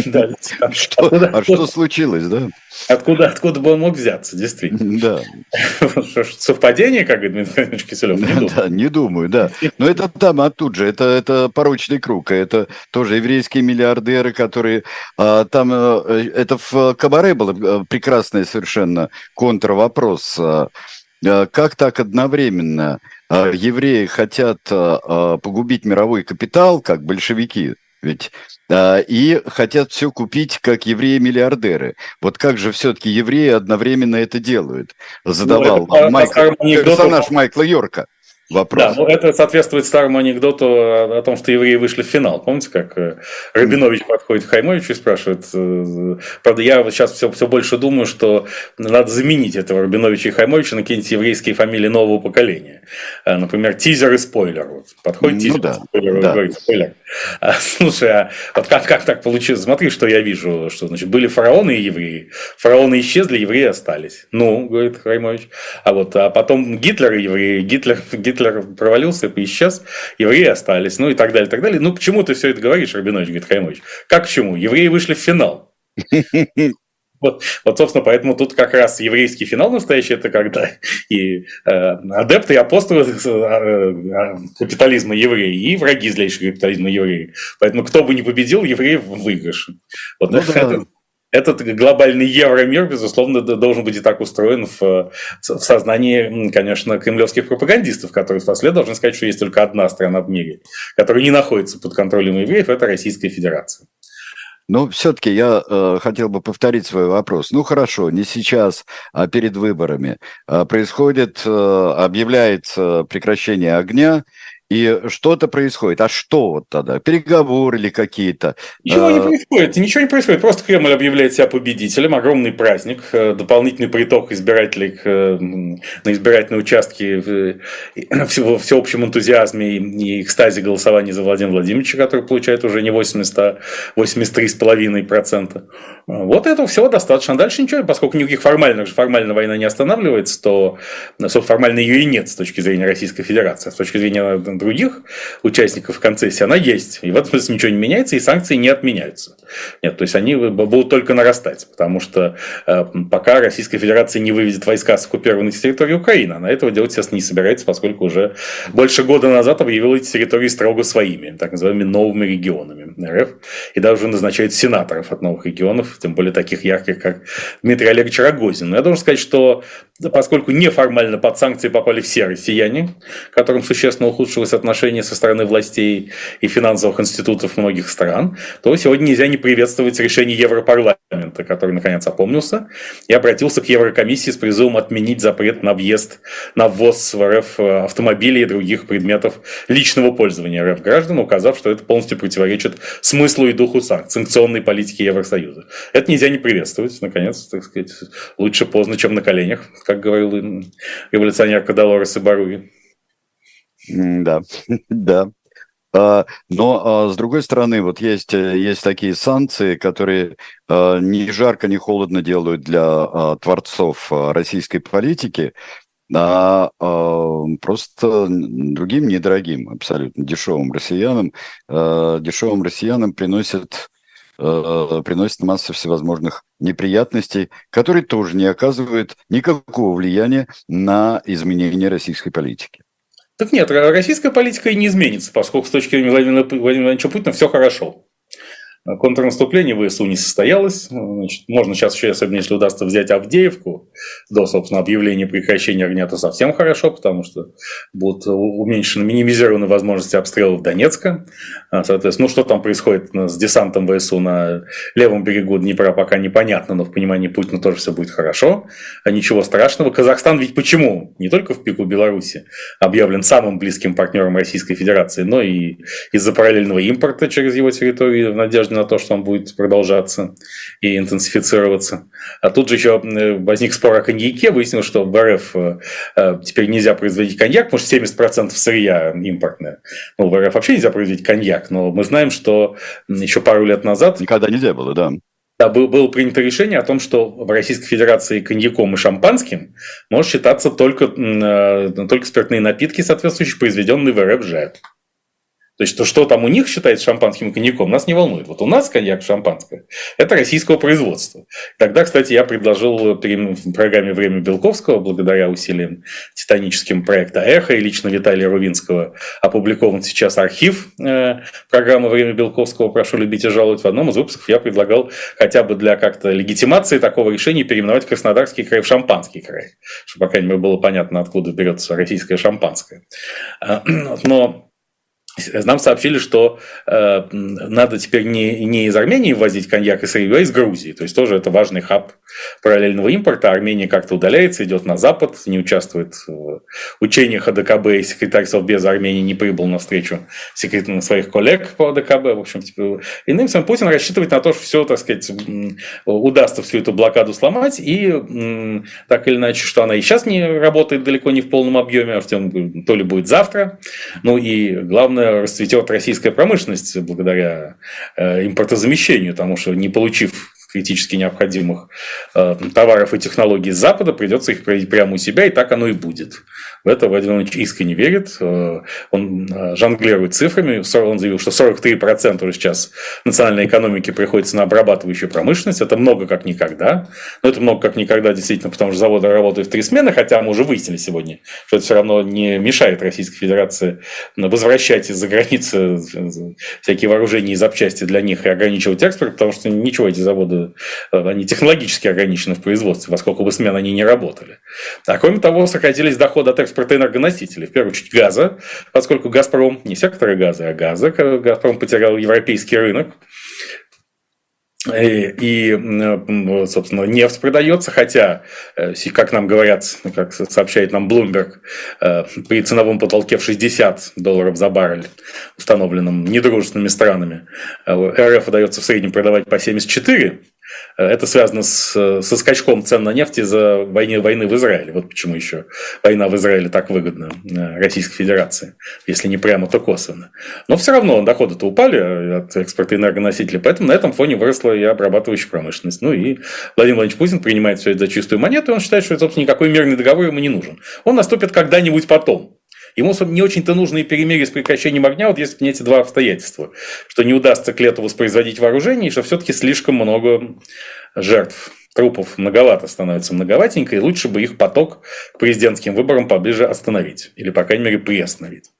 Speaker 2: А что случилось, да?
Speaker 3: Откуда, откуда бы он мог взяться, действительно.
Speaker 2: Да.
Speaker 3: Совпадение, как говорит Дмитрий Ильич Киселев? Не думаю.
Speaker 2: Да, не думаю, да. Но это там, оттуда же, это, это порочный круг, это тоже еврейские миллиардеры, которые а, там, это в Кабаре был прекрасный совершенно контрвопрос. А, как так одновременно а, евреи хотят а, погубить мировой капитал, как большевики, ведь и хотят все купить, как евреи-миллиардеры. Вот как же все-таки евреи одновременно это делают? Задавал ну, это Майкл, персонаж Майкла Йорка вопрос.
Speaker 3: Да, ну это соответствует старому анекдоту о, о том, что евреи вышли в финал. Помните, как Рабинович подходит к Хаймовичу и спрашивает. Правда, я сейчас все, все больше думаю, что надо заменить этого Рабиновича и Хаймовича на какие-нибудь еврейские фамилии нового поколения. Например, тизер и спойлер. Вот. Подходит тизер ну, да, и спойлер, да. говорит спойлер. А, слушай, а вот как, как так получилось? Смотри, что я вижу. Что, значит, были фараоны и евреи. Фараоны исчезли, евреи остались. Ну, говорит Хаймович. А вот а потом Гитлер и евреи. Гитлер, Гитлер провалился и исчез, евреи остались, ну и так далее, так далее. Ну, к чему ты все это говоришь, Рабинович, говорит Хаймович? Как к чему? Евреи вышли в финал. Вот, вот, собственно, поэтому тут как раз еврейский финал настоящий, это когда и э, адепты, и апостолы э, капитализма евреи, и враги злейшего капитализма евреи. Поэтому кто бы ни победил, евреи в выигрыше. Вот, ну, это, да. Этот глобальный евромир, безусловно, должен быть и так устроен в, в сознании, конечно, кремлевских пропагандистов, которые впоследствии должны сказать, что есть только одна страна в мире, которая не находится под контролем евреев, это Российская Федерация.
Speaker 2: Но все-таки я э, хотел бы повторить свой вопрос. Ну хорошо, не сейчас, а перед выборами. Э, происходит, э, объявляется прекращение огня, и что-то происходит. А что вот тогда? Переговоры или какие-то?
Speaker 3: Ничего а... не происходит. Ничего не происходит. Просто Кремль объявляет себя победителем. Огромный праздник. Дополнительный приток избирателей на избирательные участки в всеобщем энтузиазме и экстазе голосования за Владимира Владимировича, который получает уже не восемьдесят, а восемьдесят три целых пять десятых процента. Вот этого всего достаточно. Дальше ничего. Поскольку никаких формальных же, формально война не останавливается, то, собственно, формально ее и нет с точки зрения Российской Федерации. С точки зрения других участников концессии, она есть. И в этом смысле ничего не меняется, и санкции не отменяются. Нет, то есть они будут только нарастать, потому что э, пока Российская Федерация не выведет войска с оккупированной территории Украины, она этого делать, естественно, не собирается, поскольку уже больше года назад объявила эти территории строго своими, так называемыми новыми регионами РФ, и даже назначает сенаторов от новых регионов, тем более таких ярких, как Дмитрий Олегович Рогозин. Но я должен сказать, что поскольку неформально под санкции попали все россияне, которым существенно ухудшилось отношение со стороны властей и финансовых институтов многих стран, то сегодня нельзя не приветствовать решение Европарламента, который наконец опомнился и обратился к Еврокомиссии с призывом отменить запрет на въезд, на ввоз в РФ автомобилей и других предметов личного пользования РФ граждан, указав, что это полностью противоречит смыслу и духу санкционной политики Евросоюза. Это нельзя не приветствовать, наконец, так сказать, лучше поздно, чем на коленях, как говорил революционерка Долорес Ибаруги.
Speaker 2: Да, да. Но, с другой стороны, вот есть, есть такие санкции, которые ни жарко, ни холодно делают для творцов российской политики, а просто другим недорогим, абсолютно дешевым россиянам, дешевым россиянам приносят, приносят массу всевозможных неприятностей, которые тоже не оказывают никакого влияния на изменение российской политики.
Speaker 3: Так нет, российская политика и не изменится, поскольку с точки зрения Владимира Владимировича Путина все хорошо. Контрнаступление ВСУ не состоялось. Значит, можно сейчас еще, особенно если удастся взять Авдеевку до, собственно, объявления прекращения огня, то совсем хорошо, потому что будут уменьшены, минимизированы возможности обстрелов Донецка. Соответственно, ну что там происходит с десантом ВСУ на левом берегу Днепра, пока непонятно, но в понимании Путина тоже все будет хорошо. А ничего страшного. Казахстан ведь почему? Не только в пику Беларуси объявлен самым близким партнером Российской Федерации, но и из-за параллельного импорта через его территорию в надежде на то, что он будет продолжаться и интенсифицироваться. А тут же еще возник спор о коньяке. Выяснилось, что в РФ теперь нельзя производить коньяк, потому что семьдесят процентов сырья импортное. Ну, в РФ вообще нельзя производить коньяк, но мы знаем, что еще пару лет назад...
Speaker 2: Никогда нельзя было, да.
Speaker 3: Да, было принято решение о том, что в Российской Федерации коньяком и шампанским может считаться только, только спиртные напитки, соответствующие, произведенные в РФ же. То есть, то, что там у них считается шампанским и коньяком, нас не волнует. Вот у нас коньяк, шампанское – это российского производства. Тогда, кстати, я предложил в программе «Время Белковского», благодаря усилиям титаническим проекта «Эхо» и лично Виталия Рувинского, опубликован сейчас архив программы «Время Белковского». Прошу любить и жаловать. В одном из выпусков я предлагал хотя бы для как-то легитимации такого решения переименовать Краснодарский край в Шампанский край, чтобы, по крайней мере, было понятно, откуда берется российское шампанское. Но нам сообщили, что э, надо теперь не, не из Армении ввозить коньяк и сырье, а из Грузии. То есть тоже это важный хаб параллельного импорта. Армения как-то удаляется, идет на запад, не участвует в учениях АДКБ, и секретарь Совбеза Армении не прибыл на встречу секретных своих коллег по АДКБ. В общем, типа, иным словом, Путин рассчитывает на то, что все, так сказать, удастся всю эту блокаду сломать, и так или иначе, что она и сейчас не работает далеко не в полном объеме, а то ли будет завтра. Ну и главное, расцветет российская промышленность благодаря э, импортозамещению, потому что не получив критически необходимых э, товаров и технологий с Запада, придется их проявить прямо у себя, и так оно и будет. В это Владимир Владимирович искренне верит. Э, он э, жонглирует цифрами. Он заявил, что сорок три процента уже сейчас национальной экономики приходится на обрабатывающую промышленность. Это много как никогда. Но это много как никогда действительно, потому что заводы работают в три смены, хотя мы уже выяснили сегодня, что это все равно не мешает Российской Федерации возвращать из-за границы всякие вооружения и запчасти для них и ограничивать экспорт, потому что ничего эти заводы они технологически ограничены в производстве, поскольку бы смен они не работали. А кроме того, сократились доходы от экспорта энергоносителей, в первую очередь газа, поскольку «Газпром», не сектора газа, а газа, «Газпром» потерял европейский рынок. И, собственно, нефть продается, хотя, как нам говорят, как сообщает нам Bloomberg, при ценовом потолке в шестьдесят долларов за баррель, установленном недружественными странами, РФ удается в среднем продавать по семьдесят четыре. Это связано с, со скачком цен на нефть из-за войны, войны в Израиле. Вот почему еще война в Израиле так выгодна Российской Федерации, если не прямо, то косвенно. Но все равно доходы-то упали от экспорта энергоносителей, поэтому на этом фоне выросла и обрабатывающая промышленность. Ну и Владимир Владимирович Путин принимает все это за чистую монету, и он считает, что, собственно, никакой мирный договор ему не нужен. Он наступит когда-нибудь потом. Ему не очень-то нужны перемирия с прекращением огня, вот если бы не эти два обстоятельства, что не удастся к лету воспроизводить вооружение, и что все-таки слишком много жертв. Трупов многовато становится, многоватенько, и лучше бы их поток к президентским выборам поближе остановить. Или, по крайней мере, приостановить.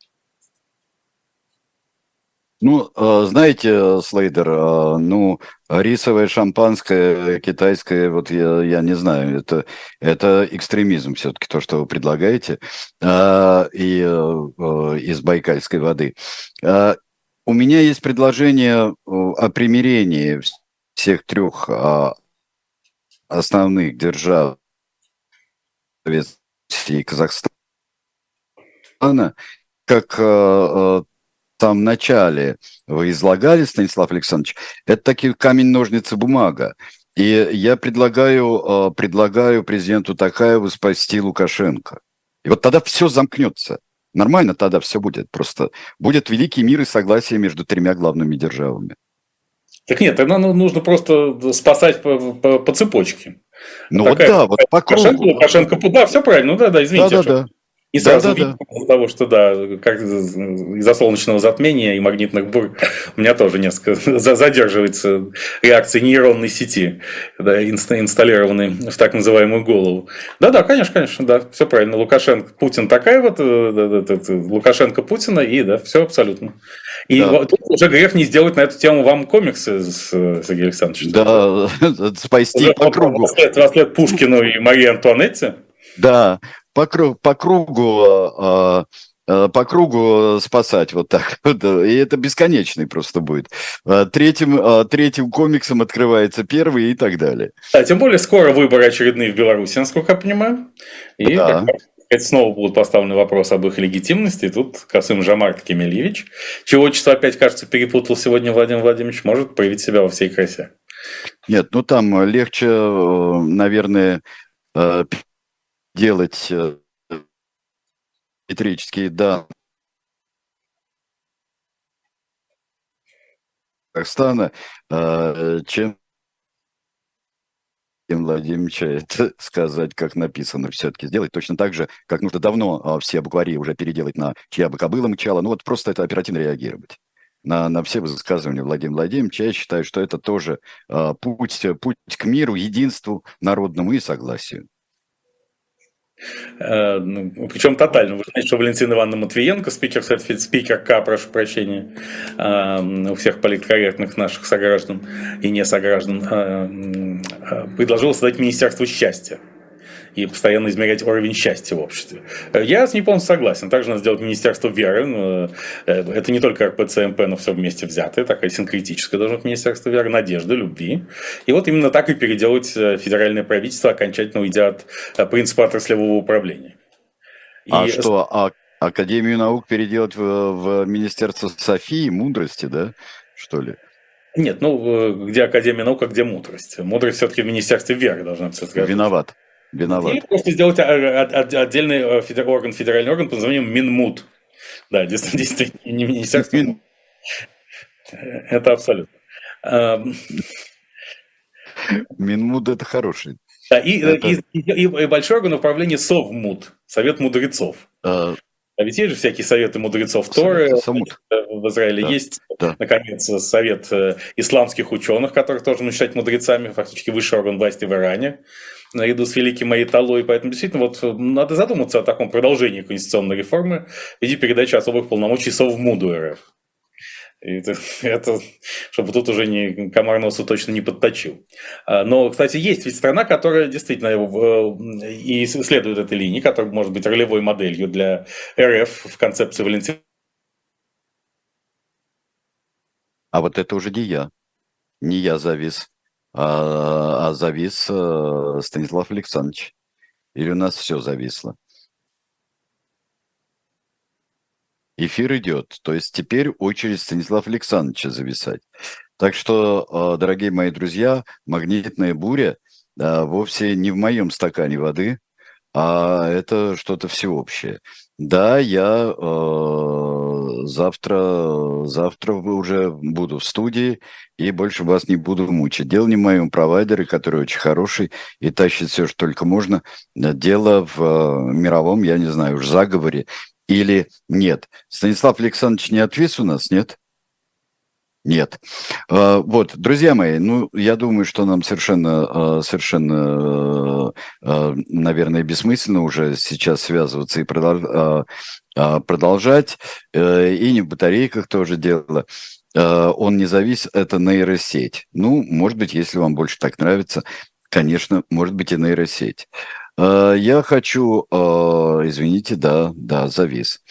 Speaker 2: Ну, знаете, Слейдер, ну, рисовое шампанское китайское, вот я, я не знаю, это, это экстремизм все-таки, то, что вы предлагаете, и из байкальской воды. У меня есть предложение о примирении всех трех основных держав и Казахстана, как э, там в начале вы излагали, Станислав Александрович, это такие камень, ножницы, бумага. И я предлагаю, э, предлагаю президенту Токаеву спасти Лукашенко. И вот тогда все замкнется. Нормально тогда все будет. Просто будет великий мир и согласие между тремя главными державами.
Speaker 3: Так нет, тогда нужно просто спасать по, по, по цепочке.
Speaker 2: Ну вот да, вот по кругу.
Speaker 3: Лукашенко, Лукашенко, да, все правильно, ну да, да, извините.
Speaker 2: Да, да, да.
Speaker 3: И сразу
Speaker 2: да,
Speaker 3: видно
Speaker 2: да,
Speaker 3: из того, что да, как из-за солнечного затмения и магнитных бурь у меня тоже несколько задерживается реакция нейронной сети, да, инсталлированной в так называемую голову. Да-да, конечно, конечно, да, все правильно. Лукашенко, Путин такая вот, Лукашенко Путина, и да, все абсолютно. И да. Тут уже грех не сделать на эту тему вам комиксы, Сергей Александрович.
Speaker 2: Да, спасти уже по кругу.
Speaker 3: Расслед Пушкину и Марии Антуанетте.
Speaker 2: Да. По кругу, по кругу, по кругу спасать вот так. И это бесконечный просто будет. Третьим, третьим комиксом открывается первый и так далее.
Speaker 3: Да, тем более скоро выборы очередные в Беларуси, насколько я понимаю. И да. как, снова будут поставлены вопросы об их легитимности. И тут Касым-Жомарт Кемельевич, чего отчество опять, кажется, перепутал сегодня Владимир Владимирович, может проявить себя во всей красе.
Speaker 2: Нет, ну там легче, наверное, делать метрические данные Казахстана, чем Владимировича это сказать, как написано, все-таки сделать точно так же, как нужно давно все буквари уже переделать на чья бы кобыла мычала, ну вот просто это оперативно реагировать. На, на все высказывания Владимира Владимировича, я считаю, что это тоже путь, путь к миру, единству народному и согласию.
Speaker 3: Причем тотально. Вы знаете, что Валентина Ивановна Матвиенко, спикер, спикер К, прошу прощения, у всех политкорректных наших сограждан и не сограждан, предложила создать Министерство счастья и постоянно измерять уровень счастья в обществе. Я с ней полностью согласен. Также надо сделать Министерство веры. Это не только эр пэ цэ эм пэ, но все вместе взятое. Такая синкретическая должна быть Министерство веры, надежды, любви. И вот именно так и переделать федеральное правительство, окончательно уйдя от принципа отраслевого управления.
Speaker 2: А
Speaker 3: и...
Speaker 2: что, а Академию наук переделать в, в Министерство Софии, мудрости, да, что ли?
Speaker 3: Нет, ну, где Академия наук, а где мудрость? Мудрость все-таки в Министерстве веры должна быть.
Speaker 2: Виноват. Виноват.
Speaker 3: Или просто сделать отдельный орган, федеральный орган под названием Минмуд. Да, действительно, не министерство. Мин... Это абсолютно.
Speaker 2: Минмуд – это хороший.
Speaker 3: Да, и, это... И, и, и, и большой орган управления Совмуд, Совет мудрецов. А... А ведь есть же всякие советы мудрецов Торы. В Израиле да, есть, да. наконец, совет исламских ученых, которых тоже нужно считать мудрецами, фактически высший орган власти в Иране, наряду с великим Аятоллой. Поэтому действительно вот, надо задуматься о таком продолжении конституционной реформы в виде передачи особых полномочий Совмуду эр эф. Это, это, чтобы тут уже не, комар носу точно не подточил. Но, кстати, есть ведь страна, которая действительно и следует этой линии, которая может быть ролевой моделью для эр эф в концепции Валентина.
Speaker 2: А вот это уже не я. Не я завис, а, а завис Станислав Александрович. Или у нас все зависло? Эфир идет, то есть теперь очередь Станислава Александровича зависать. Так что, дорогие мои друзья, магнитная буря вовсе не в моем стакане воды, а это что-то всеобщее. Да, я э, завтра, завтра уже буду в студии и больше вас не буду мучить. Дело не в моем провайдере, который очень хороший и тащит все, что только можно. Дело в э, мировом, я не знаю, уж заговоре или нет? Станислав Александрович не отвис у нас, нет? Нет. Вот, друзья мои, ну, я думаю, что нам совершенно, совершенно, наверное, бессмысленно уже сейчас связываться и продолжать. И не в батарейках тоже дело. Он не завис, это нейросеть. Ну, может быть, если вам больше так нравится, конечно, может быть и нейросеть. Я хочу, извините, да, да, завис.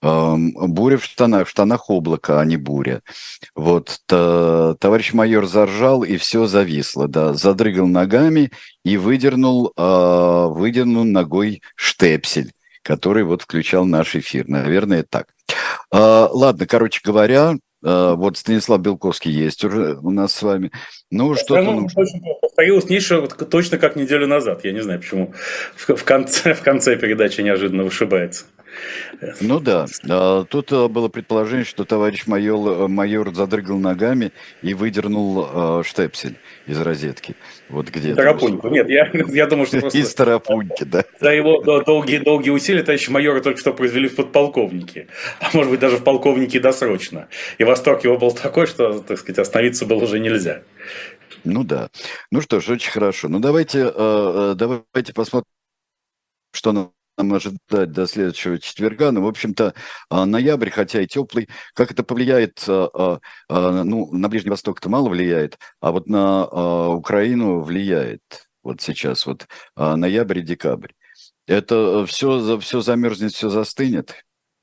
Speaker 2: Буря в штанах, в штанах облако, а не буря. Вот, та, товарищ майор заржал, и все зависло, да, задрыгал ногами и выдернул, выдернул ногой штепсель, который вот включал наш эфир. Наверное, так. Ладно, короче говоря, вот Станислав Белковский есть уже у нас с вами. Ну, что-то нужно.
Speaker 3: Повторилось ниша точно как неделю назад. Я не знаю, почему в конце, в конце передачи неожиданно вышибается.
Speaker 2: Ну да. Тут было предположение, что товарищ майор, майор задрыгал ногами и выдернул штепсель из розетки. Вот где-то.
Speaker 3: Тарапуньку. Нет, я, я думаю, что просто...
Speaker 2: Из тарапуньки, да.
Speaker 3: За его долгие-долгие усилия товарищ майора только что произвели в подполковнике. А может быть, даже в полковнике досрочно. И восторг его был такой, что, так сказать, остановиться было уже нельзя.
Speaker 2: Ну да. Ну что ж, очень хорошо. Ну давайте, давайте посмотрим, что нам нам ожидать до следующего четверга. Ну, в общем-то, ноябрь, хотя и теплый, как это повлияет, ну, на Ближний Восток это мало влияет, а вот на Украину влияет вот сейчас, вот ноябрь и декабрь. Это все, все замерзнет, все застынет?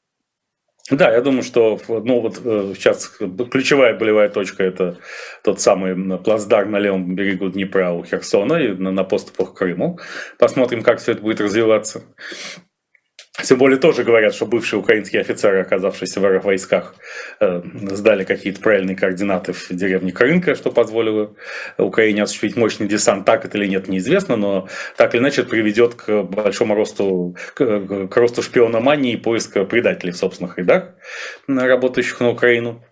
Speaker 3: Да, я думаю, что ну, вот, сейчас ключевая болевая точка – это тот самый плацдарм на левом берегу Днепра у Херсона и на, на поступах к Крыму. Посмотрим, как все это будет развиваться. Тем более тоже говорят, что бывшие украинские офицеры, оказавшиеся в войсках, э, сдали какие-то правильные координаты в деревне Крынка, что позволило Украине осуществить мощный десант. Так это или нет, неизвестно, но так или иначе это приведет к большому росту, к, к росту шпиономании и поиска предателей в собственных рядах, работающих на Украину.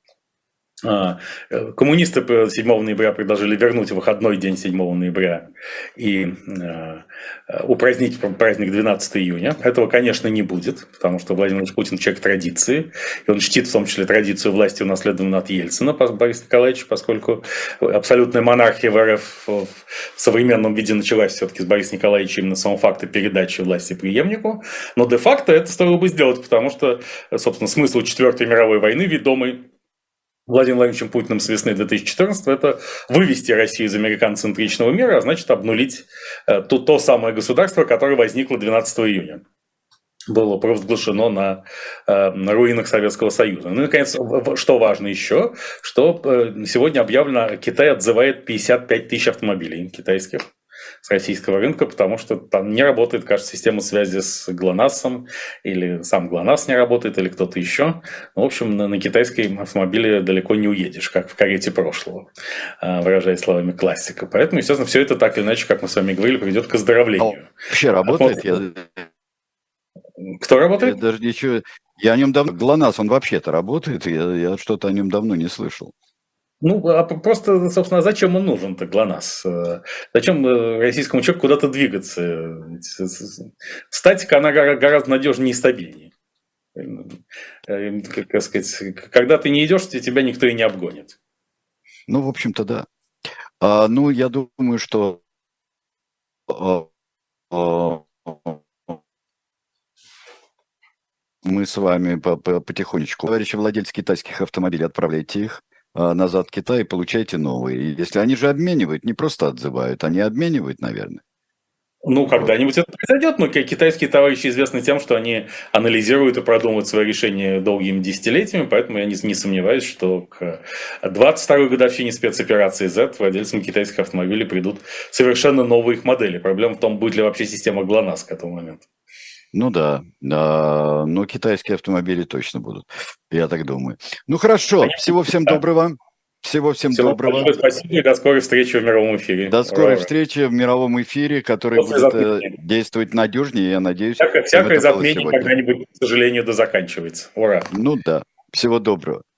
Speaker 3: Коммунисты седьмого ноября предложили вернуть выходной день седьмого ноября и упразднить праздник двенадцатого июня. Этого, конечно, не будет, потому что Владимир Владимирович Путин человек традиции, и он чтит в том числе традицию власти, унаследованную от Ельцина, Бориса Николаевича, поскольку абсолютная монархия в РФ в современном виде началась все-таки с Бориса Николаевича именно самого факта передачи власти преемнику, но де-факто это стоило бы сделать, потому что, собственно, смысл Четвертой мировой войны, ведомый Владимиром Владимировичем Путиным с весны две тысячи четырнадцатого это вывести Россию из американцентричного мира, а значит обнулить то, то самое государство, которое возникло двенадцатого июня. Было провозглашено на, на руинах Советского Союза. Ну и, наконец, что важно еще, что сегодня объявлено, Китай отзывает пятьдесят пять тысяч автомобилей китайских с российского рынка, потому что там не работает, кажется, система связи с ГЛОНАССом, или сам ГЛОНАСС не работает, или кто-то еще. Ну, в общем, на, на китайской автомобиле далеко не уедешь, как в карете прошлого, выражаясь словами классика. Поэтому, естественно, все это так или иначе, как мы с вами говорили, приведет к оздоровлению.
Speaker 2: А вообще работает? Я...
Speaker 3: Кто работает?
Speaker 2: Я даже ничего... Я о нем давно... ГЛОНАСС, он вообще-то работает, я, я что-то о нем давно не слышал.
Speaker 3: Ну, а просто, собственно, зачем он нужен-то, ГЛОНАСС? Зачем российскому человеку куда-то двигаться? Статика, она гораздо надежнее и стабильнее. Как сказать, когда ты не идешь, тебя никто и не обгонит.
Speaker 2: Ну, в общем-то, да. А, ну, я думаю, что а, а, мы с вами по -по потихонечку, товарищи владельцы китайских автомобилей, отправляйте их назад в Китай и получайте новые. Если они же обменивают, не просто отзывают, они обменивают, наверное.
Speaker 3: Ну, когда-нибудь это произойдет, но китайские товарищи известны тем, что они анализируют и продумывают свои решения долгими десятилетиями, поэтому я не, не сомневаюсь, что к двадцать второй годовщине спецоперации Z владельцам китайских автомобилей придут совершенно новые их модели. Проблема в том, будет ли вообще система ГЛОНАСС к этому моменту.
Speaker 2: Ну да, да, но китайские автомобили точно будут, я так думаю. Ну хорошо, Понятно. Всего всем доброго. Всего всем Всего доброго.
Speaker 3: Большое спасибо и до скорой встречи в мировом эфире.
Speaker 2: До скорой Ура. встречи в мировом эфире, который После будет затмения. действовать надежнее, я надеюсь.
Speaker 3: Всякое, всякое затмение когда-нибудь, к сожалению, да заканчивается. Ура.
Speaker 2: Ну да, всего доброго.